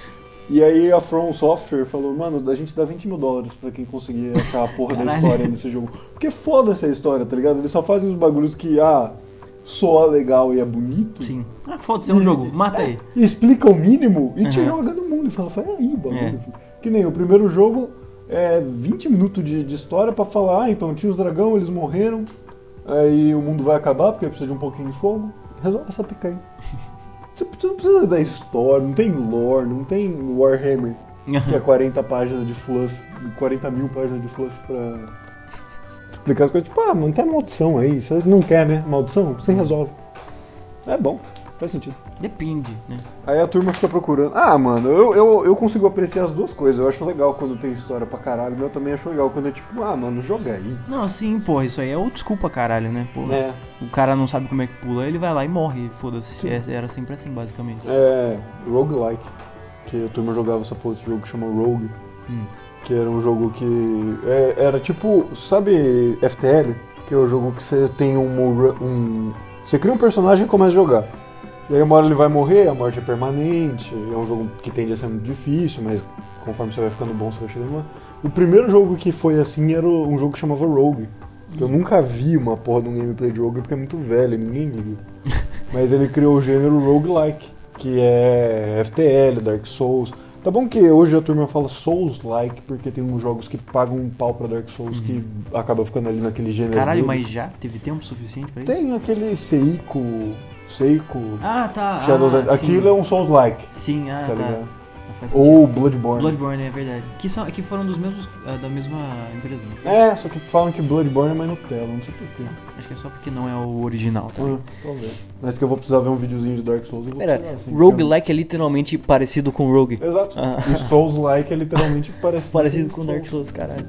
E aí a From Software falou, mano, a gente dá $20 mil pra quem conseguir achar a porra da história desse jogo. Porque foda-se a história, tá ligado? Eles só fazem os bagulhos que, soa legal e é bonito. Sim. Foda-se, é um jogo, mata aí. E explica o mínimo e te joga no mundo. E fala aí, bagulho. Filho. Que nem o primeiro jogo, 20 minutos de história pra falar, então tinha os dragão, eles morreram, aí o mundo vai acabar porque precisa de um pouquinho de fogo. Resolve essa pica aí. Você não precisa da história, não tem lore, não tem Warhammer, que é 40 páginas de fluff, 40 mil páginas de fluff pra explicar as coisas. Tipo, mano, tem maldição aí, você não quer, né? Maldição? Você resolve. É bom, faz sentido. Depende, né? Aí a turma fica procurando. Mano, eu consigo apreciar as duas coisas. Eu acho legal quando tem história pra caralho, mas eu também acho legal quando é tipo, mano, joga aí. Não, sim, porra, isso aí é desculpa caralho, né? Porra. O cara não sabe como é que pula, ele vai lá e morre, foda-se. Era sempre assim, basicamente. Roguelike. Que a turma jogava essa porra de jogo que chama Rogue. Que era um jogo que... era tipo, sabe FTL? Que é o jogo que você tem você cria um personagem e começa a jogar. E aí uma hora ele vai morrer, a morte é permanente, é um jogo que tende a ser muito difícil, mas conforme você vai ficando bom, você vai chegando lá. O primeiro jogo que foi assim era um jogo que chamava Rogue. Eu nunca vi uma porra de um gameplay de Rogue porque é muito velho, ninguém liga. Mas ele criou o gênero roguelike, que é FTL, Dark Souls. Tá bom que hoje a turma fala Souls-like, porque tem uns jogos que pagam um pau pra Dark Souls que acaba ficando ali naquele gênero. Caralho, mas já teve tempo suficiente pra isso? Tem aquele Seiko. Tá. Shadows aquilo é um Souls-like. Sim, tá. Ligado? Faz sentido. Ou Bloodborne. Bloodborne, é verdade. Que foram dos mesmos, da mesma empresa, não foi? Só que falam que Bloodborne é mais Nutella, não sei porquê. Acho que é só porque não é o original, tá? Talvez. Mas que eu vou precisar ver um videozinho de Dark Souls e vou precisar, assim, roguelike é literalmente parecido com Rogue. Exato. E Souls-like é literalmente parecido com Dark Souls, caralho.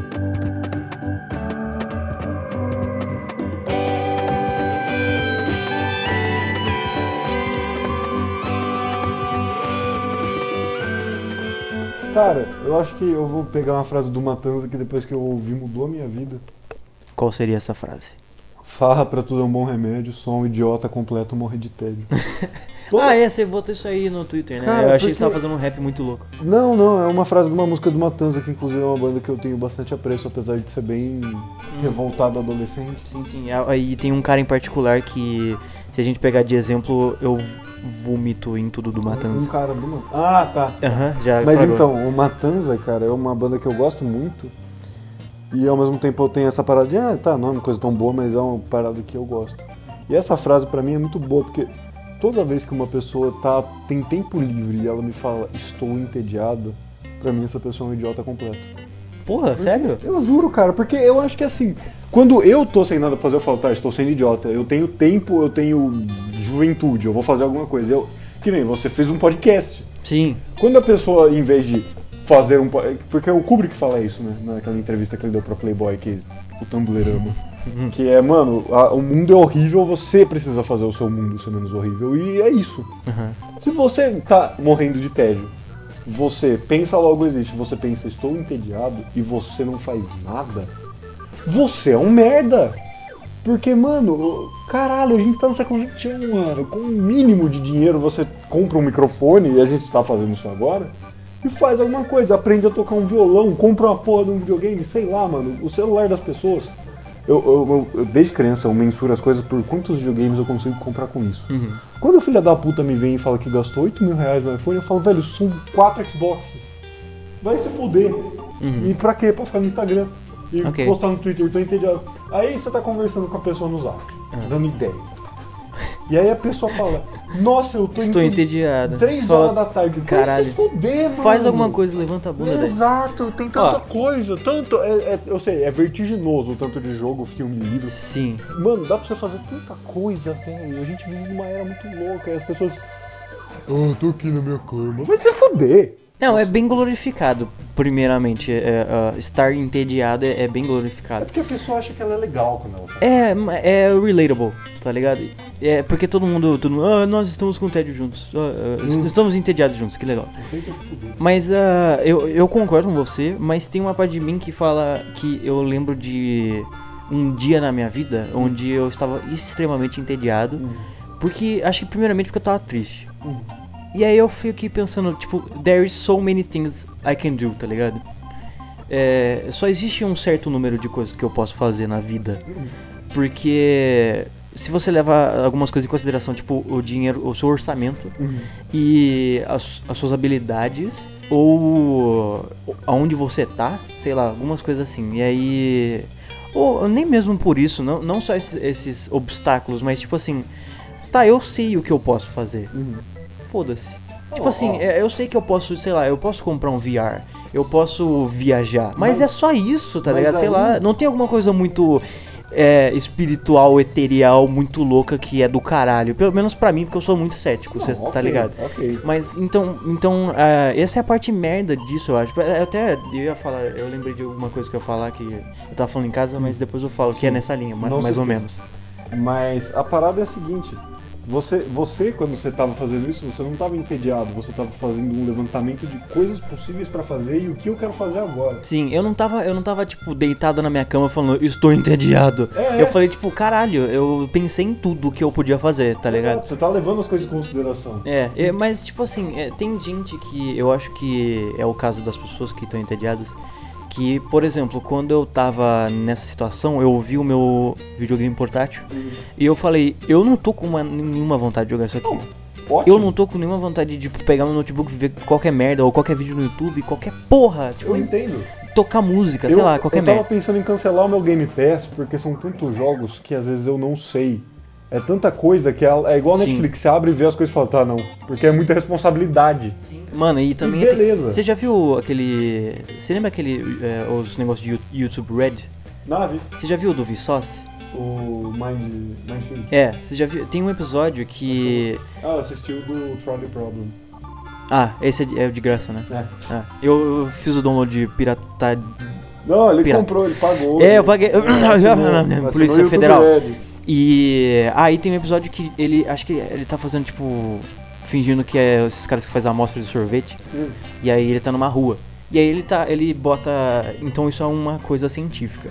Cara, eu acho que eu vou pegar uma frase do Matanza que depois que eu ouvi mudou a minha vida. Qual seria essa frase? Farra pra tudo é um bom remédio, só um idiota completo morre de tédio. Você botou isso aí no Twitter, né? Cara, eu achei que você tava fazendo um rap muito louco. Não, é uma frase de uma música do Matanza, que inclusive é uma banda que eu tenho bastante apreço, apesar de ser bem revoltado adolescente. Sim. Aí tem um cara em particular que, se a gente pegar de exemplo, eu vomito em tudo do Matanza. Um cara do Matanza. Tá. Já Mas falou. então, o Matanza, cara, é uma banda que eu gosto muito. E ao mesmo tempo eu tenho essa parada de, não é uma coisa tão boa, mas é uma parada que eu gosto. E essa frase pra mim é muito boa, porque toda vez que uma pessoa tem tempo livre e ela me fala, estou entediada, pra mim essa pessoa é um idiota completo. Porra, sério? Eu juro, cara, porque eu acho que assim, quando eu tô sem nada pra fazer, eu falo, estou sendo idiota, eu tenho tempo, eu tenho juventude, eu vou fazer alguma coisa. Que nem você fez um podcast. Sim. Quando a pessoa, em vez de fazer porque o Kubrick fala isso, né, naquela entrevista que ele deu pra Playboy, que o Tumblrama, que é, mano, o mundo é horrível, você precisa fazer o seu mundo ser menos horrível, e é isso. Se você tá morrendo de tédio, você pensa logo existe, você pensa estou entediado e você não faz nada, você é um merda. Porque, mano, caralho, a gente tá no século XXI, mano, com um mínimo de dinheiro você compra um microfone, e a gente está fazendo isso agora, e faz alguma coisa, aprende a tocar um violão, compra uma porra de um videogame, sei lá, mano, o celular das pessoas. Eu desde criança, eu mensuro as coisas por quantos videogames eu consigo comprar com isso. Quando o filho da puta me vem e fala que gastou R$8 mil no iPhone, eu falo, velho, são 4 Xboxes. Vai se fuder. E pra quê? Pra ficar no Instagram. E postar no Twitter, eu tô entediado. Aí você tá conversando com a pessoa no Zap, dando ideia. E aí a pessoa fala, nossa, eu estou entediada. 3 horas da tarde. Caralho. Vai se fuder, mano. Faz alguma coisa, levanta a bunda daí. Exato, tem tanta coisa. Eu sei, é vertiginoso o tanto de jogo, filme, livro. Sim. Mano, dá pra você fazer tanta coisa, velho. A gente vive numa era muito louca. E as pessoas... tô aqui na minha cama. Vai se fuder. Não, é bem glorificado, primeiramente. Estar entediado é bem glorificado. É porque a pessoa acha que ela é legal quando ela fala. É relatable, tá ligado? É porque todo mundo nós estamos com tédio juntos. Estamos entediados juntos, que legal. Mas eu concordo com você, mas tem uma parte de mim que fala que eu lembro de um dia na minha vida onde eu estava extremamente entediado. Porque, acho que primeiramente porque eu tava triste. E aí eu fiquei pensando, tipo, there is so many things I can do, tá ligado? Só existe um certo número de coisas que eu posso fazer na vida. Porque se você leva algumas coisas em consideração, tipo o dinheiro, o seu orçamento e as suas habilidades, ou aonde você tá, sei lá, algumas coisas assim. E aí... Ou nem mesmo por isso, não só esses obstáculos, mas tipo assim... Tá, eu sei o que eu posso fazer. Foda-se. Tipo assim, eu sei que eu posso, sei lá, eu posso comprar um VR, eu posso viajar, mas é só isso, tá ligado? Sei lá, não tem alguma coisa muito espiritual, eterial, muito louca que é do caralho. Pelo menos pra mim, porque eu sou muito cético, você tá ligado? Ok. Mas então essa é a parte merda disso, eu acho. Eu ia falar, eu lembrei de alguma coisa que eu ia falar que eu tava falando em casa, mas depois eu falo que é nessa linha, mais ou menos. Mas a parada é a seguinte... Você, quando você estava fazendo isso, você não estava entediado, você estava fazendo um levantamento de coisas possíveis pra fazer e o que eu quero fazer agora. Sim, eu não tava tipo, deitado na minha cama falando, estou entediado. Eu falei, tipo, caralho, eu pensei em tudo que eu podia fazer, tá ligado? Você tá levando as coisas em consideração. Mas, tipo assim, tem gente que eu acho que é o caso das pessoas que estão entediadas, que, por exemplo, quando eu tava nessa situação, eu ouvi o meu videogame portátil e eu falei, eu não tô com nenhuma vontade de jogar isso aqui. Ótimo. Eu não tô com nenhuma vontade de pegar meu notebook e ver qualquer merda, ou qualquer vídeo no YouTube, qualquer porra. Tipo, Eu entendo. Tocar música, sei lá, qualquer merda. Eu tava pensando em cancelar o meu Game Pass, porque são tantos jogos que às vezes eu não sei. É tanta coisa que é igual a Netflix, você abre e vê as coisas e fala, tá, não. Porque é muita responsabilidade. Sim. Mano, e também... Beleza. Você já viu aquele... Você lembra os negócios de YouTube Red? Nave. Você já viu o do Vsauce? O Mindfield. Você já viu... Tem um episódio que... Assistiu do Trolley Problem. Esse é de graça, né? Eu fiz o download de pirata... Não, ele comprou, ele pagou. Eu paguei... Polícia Federal. Red. E aí tem um episódio que acho que ele tá fazendo tipo, fingindo que é esses caras que fazem amostra de sorvete. E aí ele tá numa rua. E aí ele bota, então isso é uma coisa científica.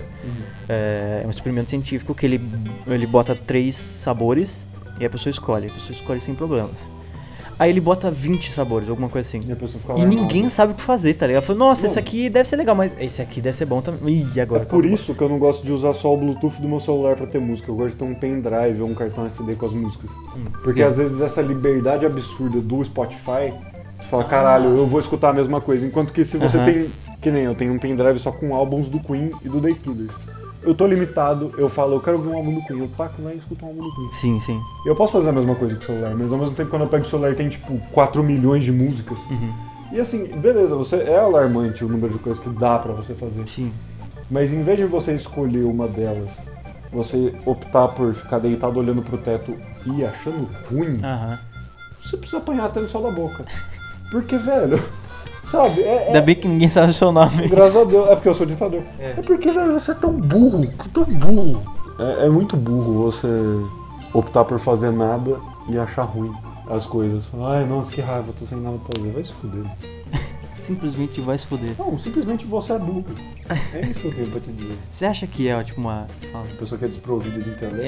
É um experimento científico que ele bota 3 sabores e a pessoa escolhe sem problemas. Aí ele bota 20 sabores, alguma coisa assim. E a pessoa fica E ninguém sabe o que fazer, tá ligado? Fala, nossa, esse aqui deve ser legal, mas esse aqui deve ser bom também. E agora? É por isso que eu não gosto de usar só o Bluetooth do meu celular pra ter música. Eu gosto de ter um pendrive ou um cartão SD com as músicas. Porque às vezes essa liberdade absurda do Spotify, você fala, caralho, eu vou escutar a mesma coisa. Enquanto que se você tem, que nem eu tenho um pendrive só com álbuns do Queen e do The Killers. Eu tô limitado, eu falo, eu quero ouvir um álbum do Queen, eu taco lá e escuto um álbum do Queen. Sim, sim. Eu posso fazer a mesma coisa com o celular, mas ao mesmo tempo quando eu pego o celular tem tipo 4 milhões de músicas. E assim, beleza, é alarmante o número de coisas que dá pra você fazer. Sim. Mas em vez de você escolher uma delas, você optar por ficar deitado olhando pro teto e achando ruim, você precisa apanhar até no céu da boca. Porque, velho... Sabe? Ainda bem que ninguém sabe o seu nome. Graças a Deus. É porque eu sou ditador. É porque, velho, você é tão burro. Tão burro. É muito burro você optar por fazer nada e achar ruim as coisas. Ai, nossa, que raiva, tô sem nada pra fazer. Vai se fuder. Simplesmente vai se fuder. Não, simplesmente você é burro. É isso que eu tenho pra te dizer. Você acha que é, tipo, uma... Fala. Pessoa que é desprovida de internet.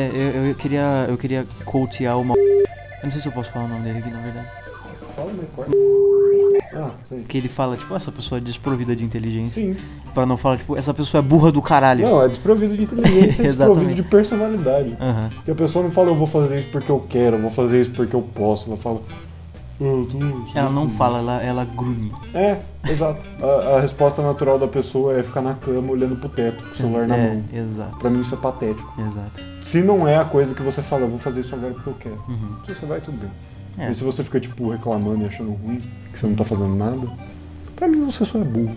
Eu queria quotear uma... Eu não sei se eu posso falar o nome dele aqui, na verdade. Fala, mas corta. Sei. Que ele fala, tipo, essa pessoa é desprovida de inteligência. Sim. Pra não falar, tipo, essa pessoa é burra do caralho. Não, é desprovido de inteligência, é desprovido de personalidade. Que a pessoa não fala, eu vou fazer isso porque eu quero, eu vou fazer isso porque eu posso. Ela fala, ela não fala, ela grunhe. Exato. A resposta natural da pessoa é ficar na cama olhando pro teto, com o celular na mão. Exato. Pra mim isso é patético. Exato. Se não é a coisa que você fala, eu vou fazer isso agora porque eu quero. Se você vai, tudo bem. E se você fica, tipo, reclamando e achando ruim, que você não tá fazendo nada, pra mim você só é burro.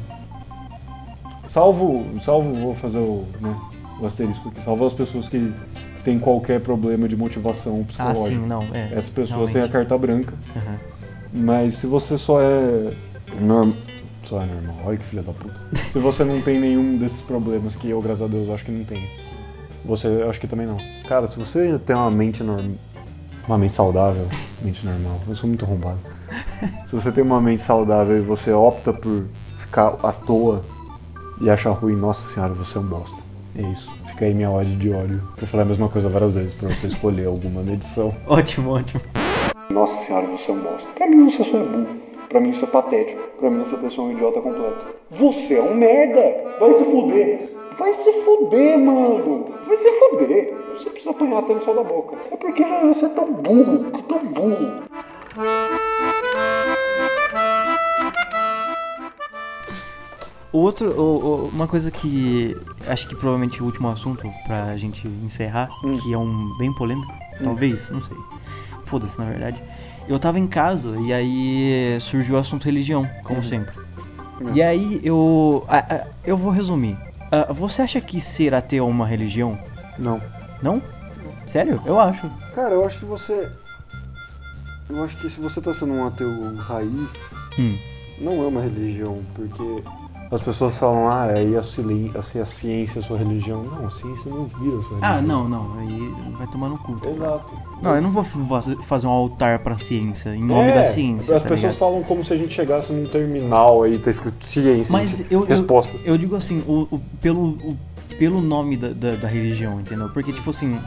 Salvo vou fazer o asterisco aqui, salvo as pessoas que têm qualquer problema de motivação psicológica. Sim, não, Essas pessoas realmente têm a carta branca. Mas se você só é normal, olha que filha da puta. Se você não tem nenhum desses problemas, que eu, graças a Deus, acho que não tenho. Você, acho que também não. Cara, se você tem uma mente saudável, mente normal, eu sou muito arrombado. Se você tem uma mente saudável e você opta por ficar à toa e achar ruim, nossa senhora, você é um bosta. É isso. Fica aí minha ode de óleo. Eu falei a mesma coisa várias vezes pra você escolher alguma na edição. Ótimo. Nossa senhora, você é um bosta. Pra mim você só é burro. Pra mim isso é patético. Pra mim essa pessoa é um idiota completo. Você é um merda. Vai se fuder. Vai se fuder, mano. Vai se fuder. Você precisa apanhar até no céu da boca. É porque você é tão burro. Tão burro. Uma coisa que acho que provavelmente o último assunto pra gente encerrar, que é um bem polêmico, talvez, não sei. Foda-se, na verdade. Eu tava em casa e aí surgiu o assunto religião, como sempre. E aí eu vou resumir. Você acha que ser ateu é uma religião? Não. Não? Sério? Eu acho. Cara, eu acho que você... Eu acho que se você tá sendo um ateu raiz, não é uma religião, porque as pessoas falam, aí a ciência é sua religião. Não, a ciência não vira sua religião. Não, aí vai tomar no cu. Exato. Não, eu não vou fazer um altar pra ciência, em nome da ciência. As pessoas falam como se a gente chegasse num terminal aí, tá escrito ciência, mas respostas. Eu digo assim, pelo nome da religião, entendeu? Porque, tipo assim,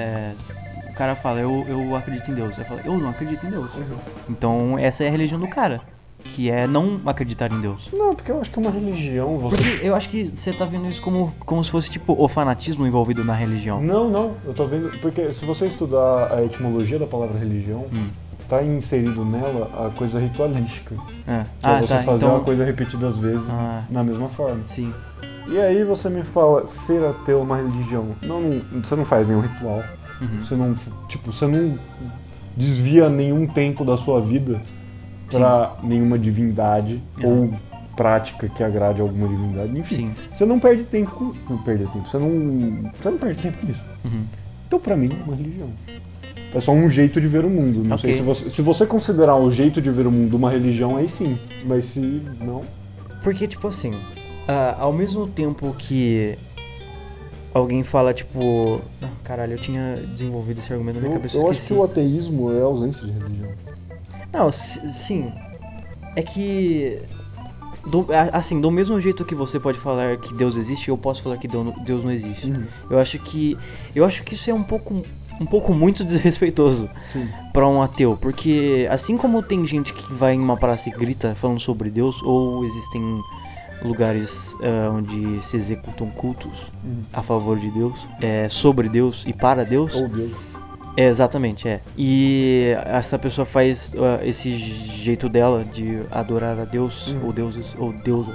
o cara fala, eu acredito em Deus. Aí fala, eu não acredito em Deus. Então, essa é a religião do cara, que é não acreditar em Deus. Não, porque eu acho que é uma religião... Porque eu acho que você tá vendo isso como se fosse, tipo, o fanatismo envolvido na religião. Não, eu tô vendo... Porque se você estudar a etimologia da palavra religião, tá inserido nela a coisa ritualística. Que é você fazer uma coisa repetidas vezes na mesma forma. Sim. E aí você me fala, ser ateu é uma religião. Não, você não faz nenhum ritual. Você não desvia nenhum tempo da sua vida pra nenhuma divindade ou prática que agrade alguma divindade. Enfim, você não perde tempo com... Não perde tempo. Você não perde tempo com isso. Então pra mim é uma religião. É só um jeito de ver o mundo. Não sei se você considerar o jeito de ver o mundo uma religião, aí sim. Mas se não... Porque, tipo assim, ao mesmo tempo que alguém fala, tipo... Caralho, eu tinha desenvolvido esse argumento na minha cabeça. Eu acho que o ateísmo é a ausência de religião. Não, sim. É que... do mesmo jeito que você pode falar que Deus existe, eu posso falar que Deus não existe. Eu acho que isso é um pouco muito desrespeitoso pra um ateu. Porque assim como tem gente que vai em uma praça e grita falando sobre Deus, ou existem lugares onde se executam cultos a favor de Deus, sobre Deus e para Deus. Ou Deus. Exatamente. E essa pessoa faz esse jeito dela de adorar a Deus, ou deuses, ou deusa.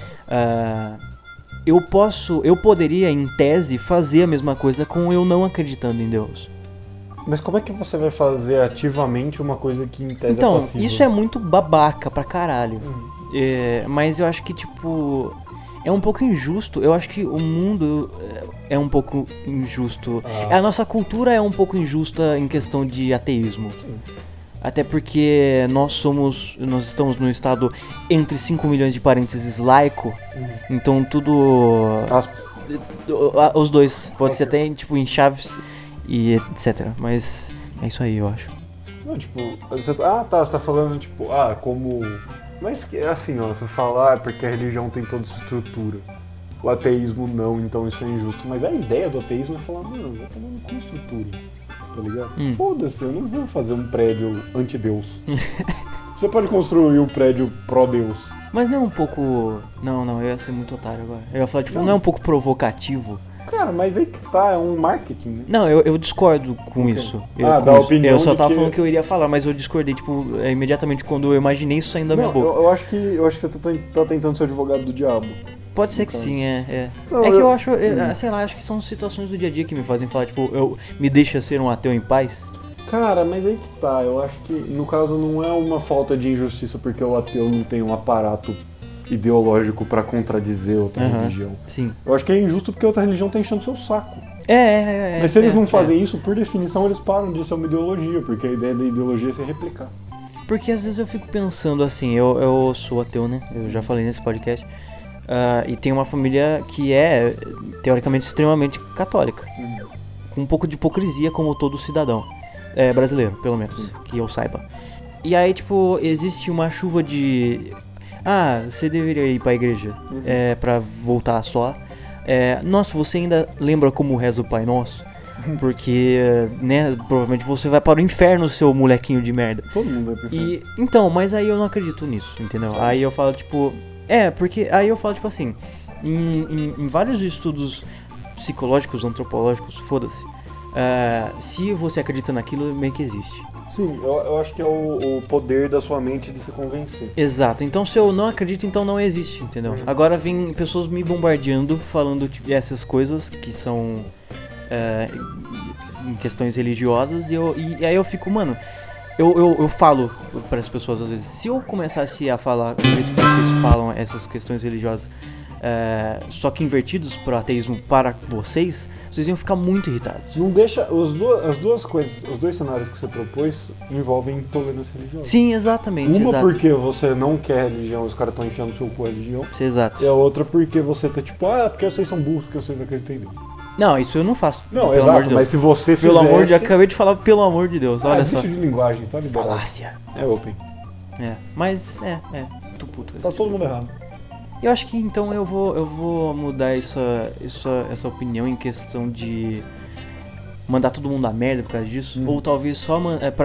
Eu poderia, em tese, fazer a mesma coisa com eu não acreditando em Deus. Mas como é que você vai fazer ativamente uma coisa que em tese então, é passiva? Isso é muito babaca pra caralho. Mas eu acho que, tipo... É um pouco injusto. Eu acho que o mundo é um pouco injusto. A nossa cultura é um pouco injusta em questão de ateísmo. Até porque nós estamos num estado entre 5 milhões de parênteses laico. Então tudo... Os dois. Pode ser até tipo em chaves e etc. Mas é isso aí, eu acho. Não, tipo... você tá falando tipo... como... Mas assim, você fala, porque a religião tem toda essa estrutura. O ateísmo não, então isso é injusto. Mas a ideia do ateísmo é falar, mano, vai tomando com estrutura, tá ligado? Foda-se, eu não vou fazer um prédio anti-Deus. Você pode construir um prédio pró-Deus. Mas não é um pouco... Não, eu ia ser muito otário agora. Eu ia falar, tipo, não é um pouco provocativo? Cara, mas aí que tá, é um marketing, né? Não, eu discordo com isso. Da opinião. Eu só tava falando que eu iria falar, mas eu discordei, tipo, imediatamente quando eu imaginei isso saindo da minha boca. Eu acho que você tá tentando ser advogado do diabo. Pode ser que sim, Não, é que eu acho, sei lá, acho que são situações do dia a dia que me fazem falar, tipo, me deixa ser um ateu em paz. Cara, mas aí que tá, eu acho que no caso não é uma falta de injustiça porque o ateu não tem um aparato ideológico pra contradizer outra religião. Sim. Eu acho que é injusto porque outra religião tá enchendo seu saco. Mas se eles não fazem isso, por definição eles param de ser uma ideologia, porque a ideia da ideologia é se replicar. Porque às vezes eu fico pensando assim, eu sou ateu, né? Eu já falei nesse podcast. E tenho uma família que é, teoricamente, extremamente católica. Com um pouco de hipocrisia, como todo cidadão. Brasileiro, pelo menos, que eu saiba. E aí, tipo, existe uma chuva de... você deveria ir pra igreja pra voltar só. Nossa, você ainda lembra como reza o Pai Nosso? Porque, né, provavelmente você vai para o inferno, seu molequinho de merda. Todo mundo vai pro inferno. Então, mas aí eu não acredito nisso, entendeu? Aí eu falo, tipo... porque aí eu falo, tipo assim... Em vários estudos psicológicos, antropológicos, foda-se. Se você acredita naquilo, meio que existe. Sim, eu acho que é o poder da sua mente de se convencer. Exato. Então, se eu não acredito, então não existe, entendeu? Agora vem pessoas me bombardeando, falando tipo, essas coisas que são... em questões religiosas. E aí eu fico, mano... Eu falo para as pessoas às vezes, se eu começasse a falar do jeito que vocês falam essas questões religiosas, só que invertidos pro ateísmo para vocês iam ficar muito irritados. Não deixa. As duas coisas, os dois cenários que você propôs envolvem intolerância religiosa. Sim, exatamente. Uma exato. porque você não quer religião, os caras estão enchendo o seu cu a religião. Exato. E a outra porque você tá tipo, porque vocês são burros, porque vocês acreditam em Deus. Não, isso eu não faço. Não, pelo exato, amor de Deus. Mas se você fizesse... Pelo amor de Deus, acabei de falar pelo amor de Deus, olha só. Bicho de linguagem, tá liberado. Falácia. É open. Mas tô puto. Tá todo mundo errado. Eu acho que então eu vou mudar essa opinião em questão de mandar todo mundo a merda por causa disso. Ou talvez só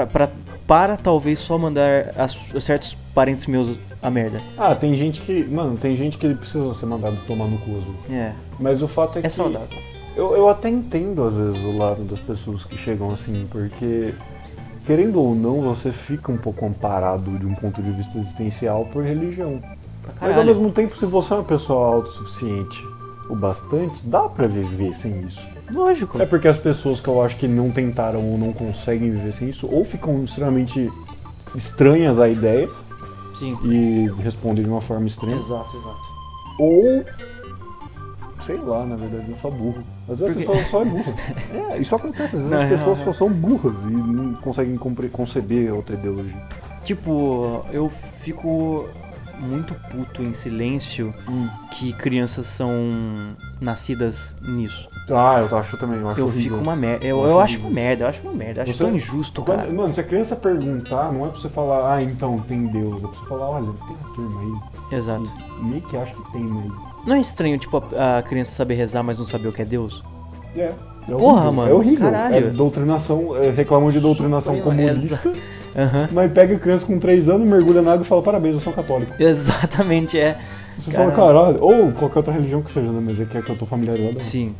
talvez só mandar certos parentes meus a merda. Tem gente que... Mano, tem gente que precisa ser mandado tomar no cu azul. Mas o fato é que... É saudável. Eu até entendo, às vezes, o lado das pessoas que chegam assim, porque, querendo ou não, você fica um pouco amparado de um ponto de vista existencial por religião. Mas, ao mesmo tempo, se você é uma pessoa autossuficiente o bastante, dá pra viver sem isso. Lógico. É porque as pessoas que eu acho que não tentaram ou não conseguem viver sem isso, ou ficam extremamente estranhas à ideia, Sim. E respondem de uma forma estranha. Exato. Ou... sei lá, na verdade, eu sou burro. Às vezes a pessoa só é burra. Isso acontece. Às vezes as pessoas só são burras e não conseguem conceber outra ideologia. Tipo, eu fico muito puto em silêncio que crianças são nascidas nisso. Eu acho também, eu acho Eu horrível. fico uma merda. Eu acho uma merda, eu acho tão injusto, cara. Mano, se a criança perguntar, não é pra você falar, então, tem Deus. É pra você falar, olha, tem uma turma aí. Exato. Meio que acha que tem aí. Não é estranho, tipo, a criança saber rezar, mas não saber o que é Deus? É Porra, horrível. mano, É horrível. caralho. É doutrinação, reclamam de doutrinação comunista. Uhum. Mas pega a criança com 3 anos, mergulha na água e fala, parabéns, eu sou católico. Exatamente, Você fala, caralho, ou qualquer outra religião que seja, né? Mas é que eu tô familiarizado. Sim.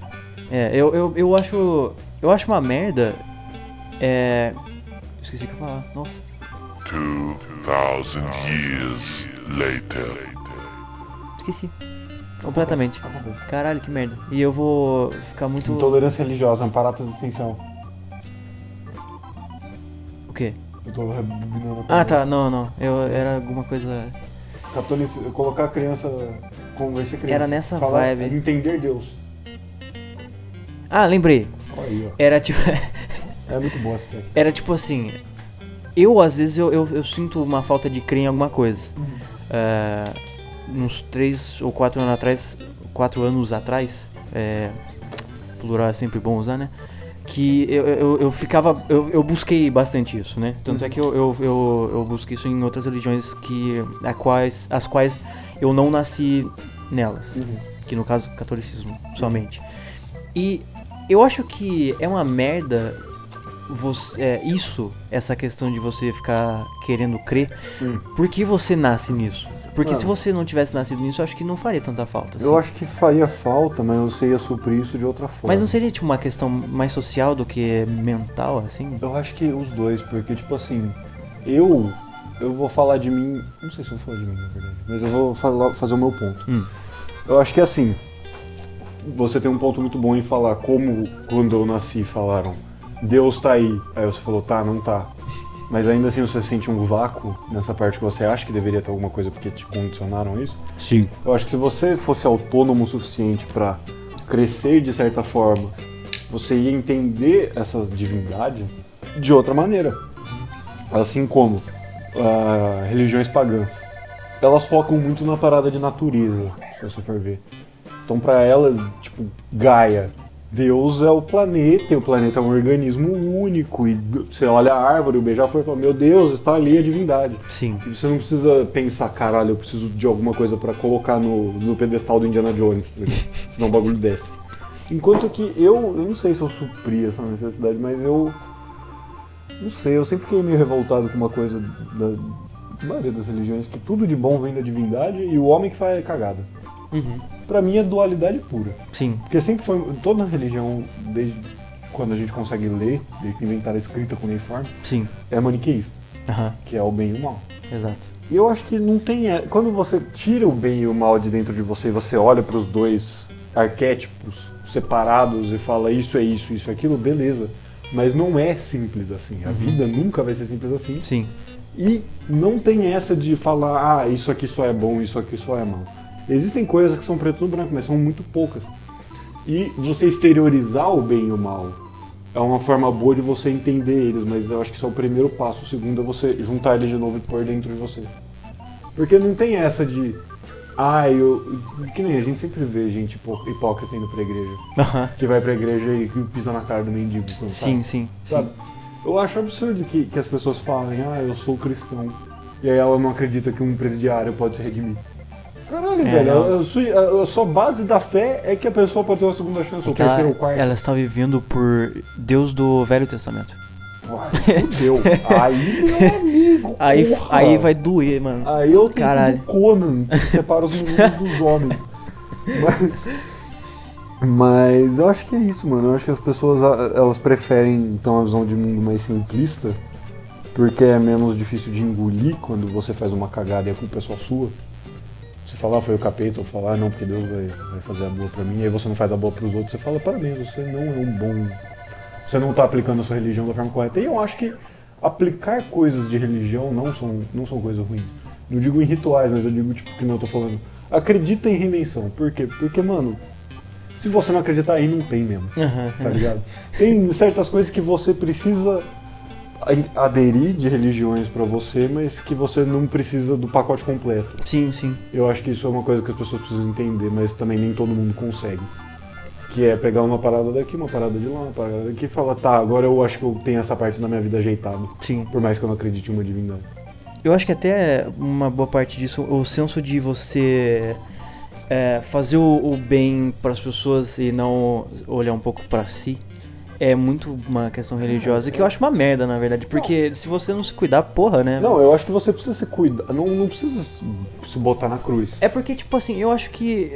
Eu acho uma merda. Esqueci o que eu ia falar, nossa. 2000 years later. Esqueci. Completamente. Caralho, que merda. E eu vou ficar muito... Intolerância religiosa, amparato existencial. O quê? Eu tô rebobinando. Tá, não. Era alguma coisa... Colocar a criança, conversar criança. Era nessa falar, vibe. Entender Deus. Lembrei. Aí, ó. Era tipo... É muito boa essa técnica. Era tipo assim... Às vezes, eu sinto uma falta de crer em alguma coisa. Uns 3 ou 4 anos atrás... 4 anos atrás... plural é sempre bom usar, né? Que eu ficava... Eu busquei bastante isso, né? Tanto é que eu busquei isso em outras religiões as quais eu não nasci nelas. Que no caso, catolicismo somente. E eu acho que é uma merda essa questão de você ficar querendo crer, porque você nasce nisso. Porque se você não tivesse nascido nisso, eu acho que não faria tanta falta. Assim. Eu acho que faria falta, mas você ia suprir isso de outra forma. Mas não seria tipo uma questão mais social do que mental, assim? Eu acho que os dois, porque tipo assim, eu vou falar de mim, não sei se eu vou falar de mim na verdade, mas eu vou fazer o meu ponto. Eu acho que assim, você tem um ponto muito bom em falar como quando eu nasci falaram, Deus tá aí você falou, não tá. Mas ainda assim você sente um vácuo nessa parte que você acha que deveria ter alguma coisa porque te condicionaram isso? Sim. Eu acho que se você fosse autônomo o suficiente pra crescer de certa forma, você ia entender essa divindade de outra maneira. Assim como religiões pagãs. Elas focam muito na parada de natureza, se você for ver. Então pra elas, tipo, Gaia, Deus é o planeta, e o planeta é um organismo único, e você olha a árvore, o beija-flor e fala, meu Deus, está ali a divindade. Sim. E você não precisa pensar, caralho, eu preciso de alguma coisa pra colocar no pedestal do Indiana Jones, tá ligado? Senão o bagulho desce. Enquanto que eu não sei se eu supri essa necessidade, mas eu não sei, eu sempre fiquei meio revoltado com uma coisa da maioria das religiões, que tudo de bom vem da divindade e o homem que faz cagada. Pra mim é dualidade pura. Sim. Porque sempre foi, toda religião, desde quando a gente consegue ler, desde que inventaram a escrita cuneiforme, Sim. é maniqueísta, Aham. que é o bem e o mal. Exato. E eu acho que não tem. Quando você tira o bem e o mal de dentro de você e você olha para os dois arquétipos separados e fala isso é isso, isso é aquilo, beleza. Mas não é simples assim. A vida nunca vai ser simples assim. Sim. E não tem essa de falar, isso aqui só é bom, isso aqui só é mal. Existem coisas que são preto no branco, mas são muito poucas. E você exteriorizar o bem e o mal é uma forma boa de você entender eles, mas eu acho que isso é o primeiro passo. O segundo é você juntar eles de novo e pôr dentro de você. Porque não tem essa de... que nem a gente sempre vê gente hipócrita indo pra igreja. Aham. Que vai pra igreja e pisa na cara do mendigo quando Sim, sai. sim, Sabe? Eu acho absurdo que as pessoas falem, eu sou cristão. E aí ela não acredita que um presidiário pode se redimir. Caralho, velho, a sua base da fé é que a pessoa pode ter uma segunda chance, ou terceira ou quarta. Ela está vivendo por Deus do Velho Testamento. Fudeu. Aí, meu amigo, porra. Aí vai doer, mano. Aí eu tenho Caralho. do Conan, que separa os meninos dos homens. Mas eu acho que é isso, mano. Eu acho que as pessoas, elas preferem ter uma visão de mundo mais simplista, porque é menos difícil de engolir quando você faz uma cagada e a culpa é só sua. Você fala, foi o capeta, ou falar, não, porque Deus vai fazer a boa pra mim, e aí você não faz a boa pros outros, você fala, parabéns, você não é um bom... Você não tá aplicando a sua religião da forma correta. E eu acho que aplicar coisas de religião não são coisas ruins. Não digo em rituais, mas eu digo, tipo, que não eu tô falando. Acredita em redenção. Por quê? Porque, mano, se você não acreditar aí, não tem mesmo. Tá ligado? Tem certas coisas que você precisa aderir de religiões pra você, mas que você não precisa do pacote completo. Sim, sim. Eu acho que isso é uma coisa que as pessoas precisam entender, mas também nem todo mundo consegue. Que é pegar uma parada daqui, uma parada de lá, uma parada daqui e falar, tá, agora eu acho que eu tenho essa parte da minha vida ajeitada. Sim. Por mais que eu não acredite em uma divindade. Eu acho que até uma boa parte disso, o senso de você fazer o bem para as pessoas e não olhar um pouco para si, é muito uma questão religiosa, que eu acho uma merda, na verdade, porque se você não se cuidar, porra, né? Não, eu acho que você precisa se cuidar, não precisa se botar na cruz. É porque, tipo assim, eu acho que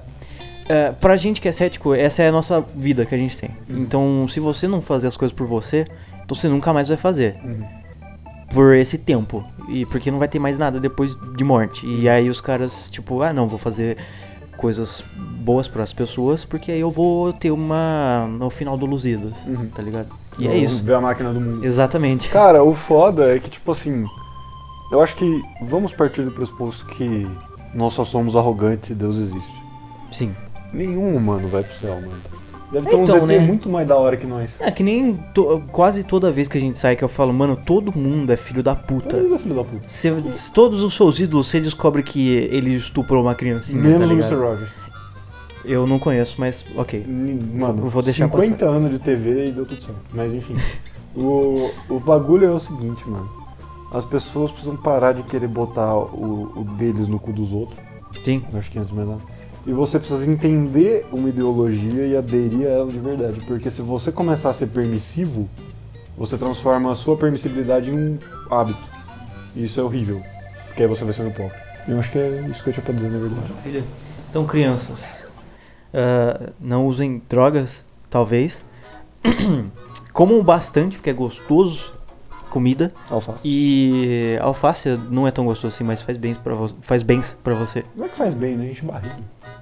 pra gente que é cético, essa é a nossa vida que a gente tem. Então, se você não fazer as coisas por você, então você nunca mais vai fazer. Por esse tempo. E porque não vai ter mais nada depois de morte. E aí os caras, tipo, não, vou fazer coisas boas pras pessoas, porque aí eu vou ter no final do Lusíadas, tá ligado? E é isso. Ver a máquina do mundo. Exatamente. Cara, o foda é que, tipo assim, eu acho que vamos partir do pressuposto que nós só somos arrogantes e Deus existe. Sim. Nenhum humano vai pro céu, mano. Deve ter Então, uns ET né? muito mais da hora que nós. É que nem quase toda vez que a gente sai que eu falo, mano, todo mundo é filho da puta. Todo mundo é filho da puta. Todos os seus ídolos, você descobre que ele estuprou uma criancinha, Menos tá o ligado? Mr. Rogers. Eu não conheço, mas ok. Mano, Eu vou deixar 50 anos de TV e deu tudo certo. Mas enfim. o bagulho é o seguinte, mano. As pessoas precisam parar de querer botar o deles no cu dos outros. Sim. Eu acho que antes de mais nada. E você precisa entender uma ideologia e aderir a ela de verdade. Porque se você começar a ser permissivo, você transforma a sua permissibilidade em um hábito. E isso é horrível. Porque aí você vai ser um hipócrita. Eu acho que é isso que eu tinha pra dizer, na verdade. Então, crianças, não usem drogas, talvez. Comam bastante, porque é gostoso. Comida. Alface. E alface não é tão gostoso assim, mas faz bem pra você. Não é que faz bem, né? Enche barriga.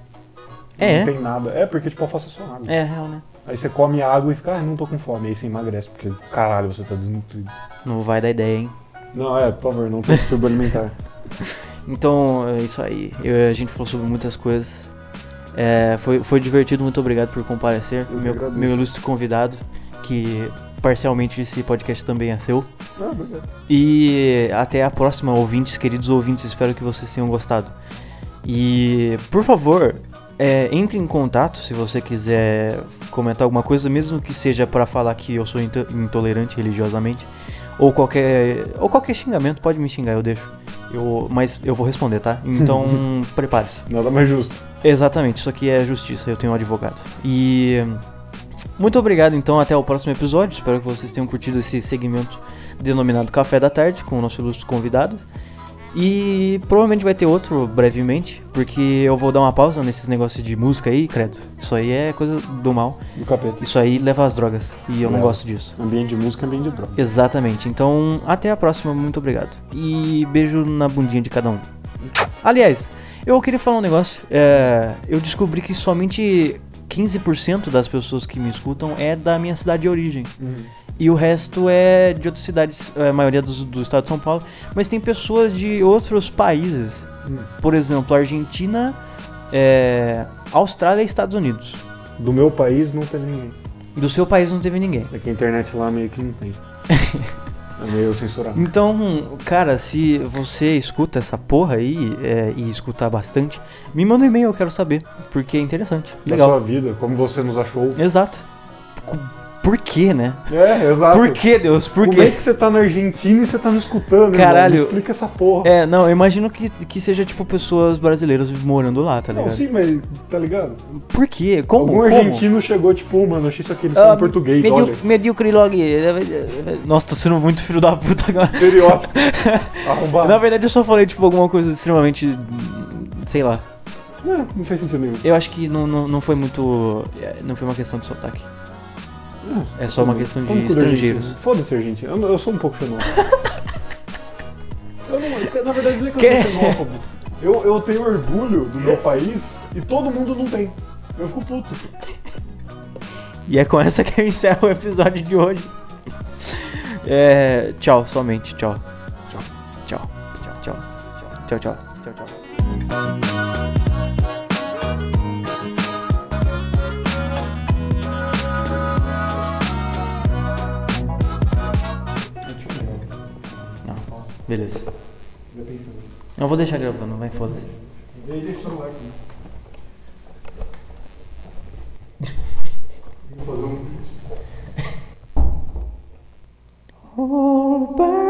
É. Não tem nada. É, porque tipo, alface é só água. É real, né? Aí você come água e fica, não tô com fome. Aí você emagrece, porque caralho, você tá desnutrido. Não vai dar ideia, hein? Não, por favor, não tem distúrbio alimentar. Então, é isso aí. A gente falou sobre muitas coisas. Foi divertido, muito obrigado por comparecer. Meu ilustre convidado, que parcialmente esse podcast também é seu. Obrigado. E até a próxima, ouvintes, queridos ouvintes. Espero que vocês tenham gostado. E, por favor, entre em contato se você quiser comentar alguma coisa, mesmo que seja pra falar que eu sou intolerante religiosamente, ou qualquer xingamento, pode me xingar, eu deixo. Mas eu vou responder, tá? Então, prepare-se. Nada mais justo. Exatamente, isso aqui é justiça, eu tenho um advogado. E muito obrigado, então, até o próximo episódio. Espero que vocês tenham curtido esse segmento denominado Café da Tarde, com o nosso ilustre convidado. E provavelmente vai ter outro brevemente, porque eu vou dar uma pausa nesses negócios de música aí, credo. Isso aí é coisa do mal. Do capeta. Isso aí leva às drogas, e eu não gosto disso. Ambiente de música, ambiente de droga. Exatamente, então até a próxima, muito obrigado. E beijo na bundinha de cada um. Aliás, eu queria falar um negócio. Eu descobri que somente 15% das pessoas que me escutam é da minha cidade de origem. E o resto é de outras cidades, a maioria do estado de São Paulo. Mas tem pessoas de outros países. Por exemplo, Argentina, Austrália e Estados Unidos. Do meu país não teve ninguém. Do seu país não teve ninguém. É que a internet lá meio que não tem. É meio censurado. Então, cara, se você escuta essa porra aí e escutar bastante, me manda um e-mail, eu quero saber. Porque é interessante. Da Legal. sua vida, como você nos achou. Exato. Por quê, né? Exato. Por que, Deus? Por Como quê? é que você tá na Argentina e você tá me escutando, Caralho. irmão? Me explica essa porra. Não, eu imagino que seja tipo pessoas brasileiras morando lá, tá ligado? Não, sim, mas tá ligado? Por quê? Como? Algum Como? argentino chegou, tipo, mano, achei isso aqui, eles falam português, olha. Medíocre log. Nossa, tô sendo muito filho da puta agora. Estereótipo. Arrombado. Na verdade, eu só falei, tipo, alguma coisa extremamente. Sei lá. Não faz sentido nenhum. Eu acho que não foi muito. Não foi uma questão de sotaque. É só uma questão de estrangeiros. Foda-se, argentino. Eu sou um pouco xenófobo. Na verdade, não é que eu sou xenófobo. Eu tenho orgulho do meu país e todo mundo não tem. Eu fico puto. E é com essa que eu encerro o episódio de hoje. Tchau, somente. Tchau. Tchau. Tchau. Tchau. Tchau. Tchau. Tchau. Tchau. Tchau. Beleza. Não, vou deixar gravando, vai, foda-se. Deixa o celular aqui. Vou fazer um...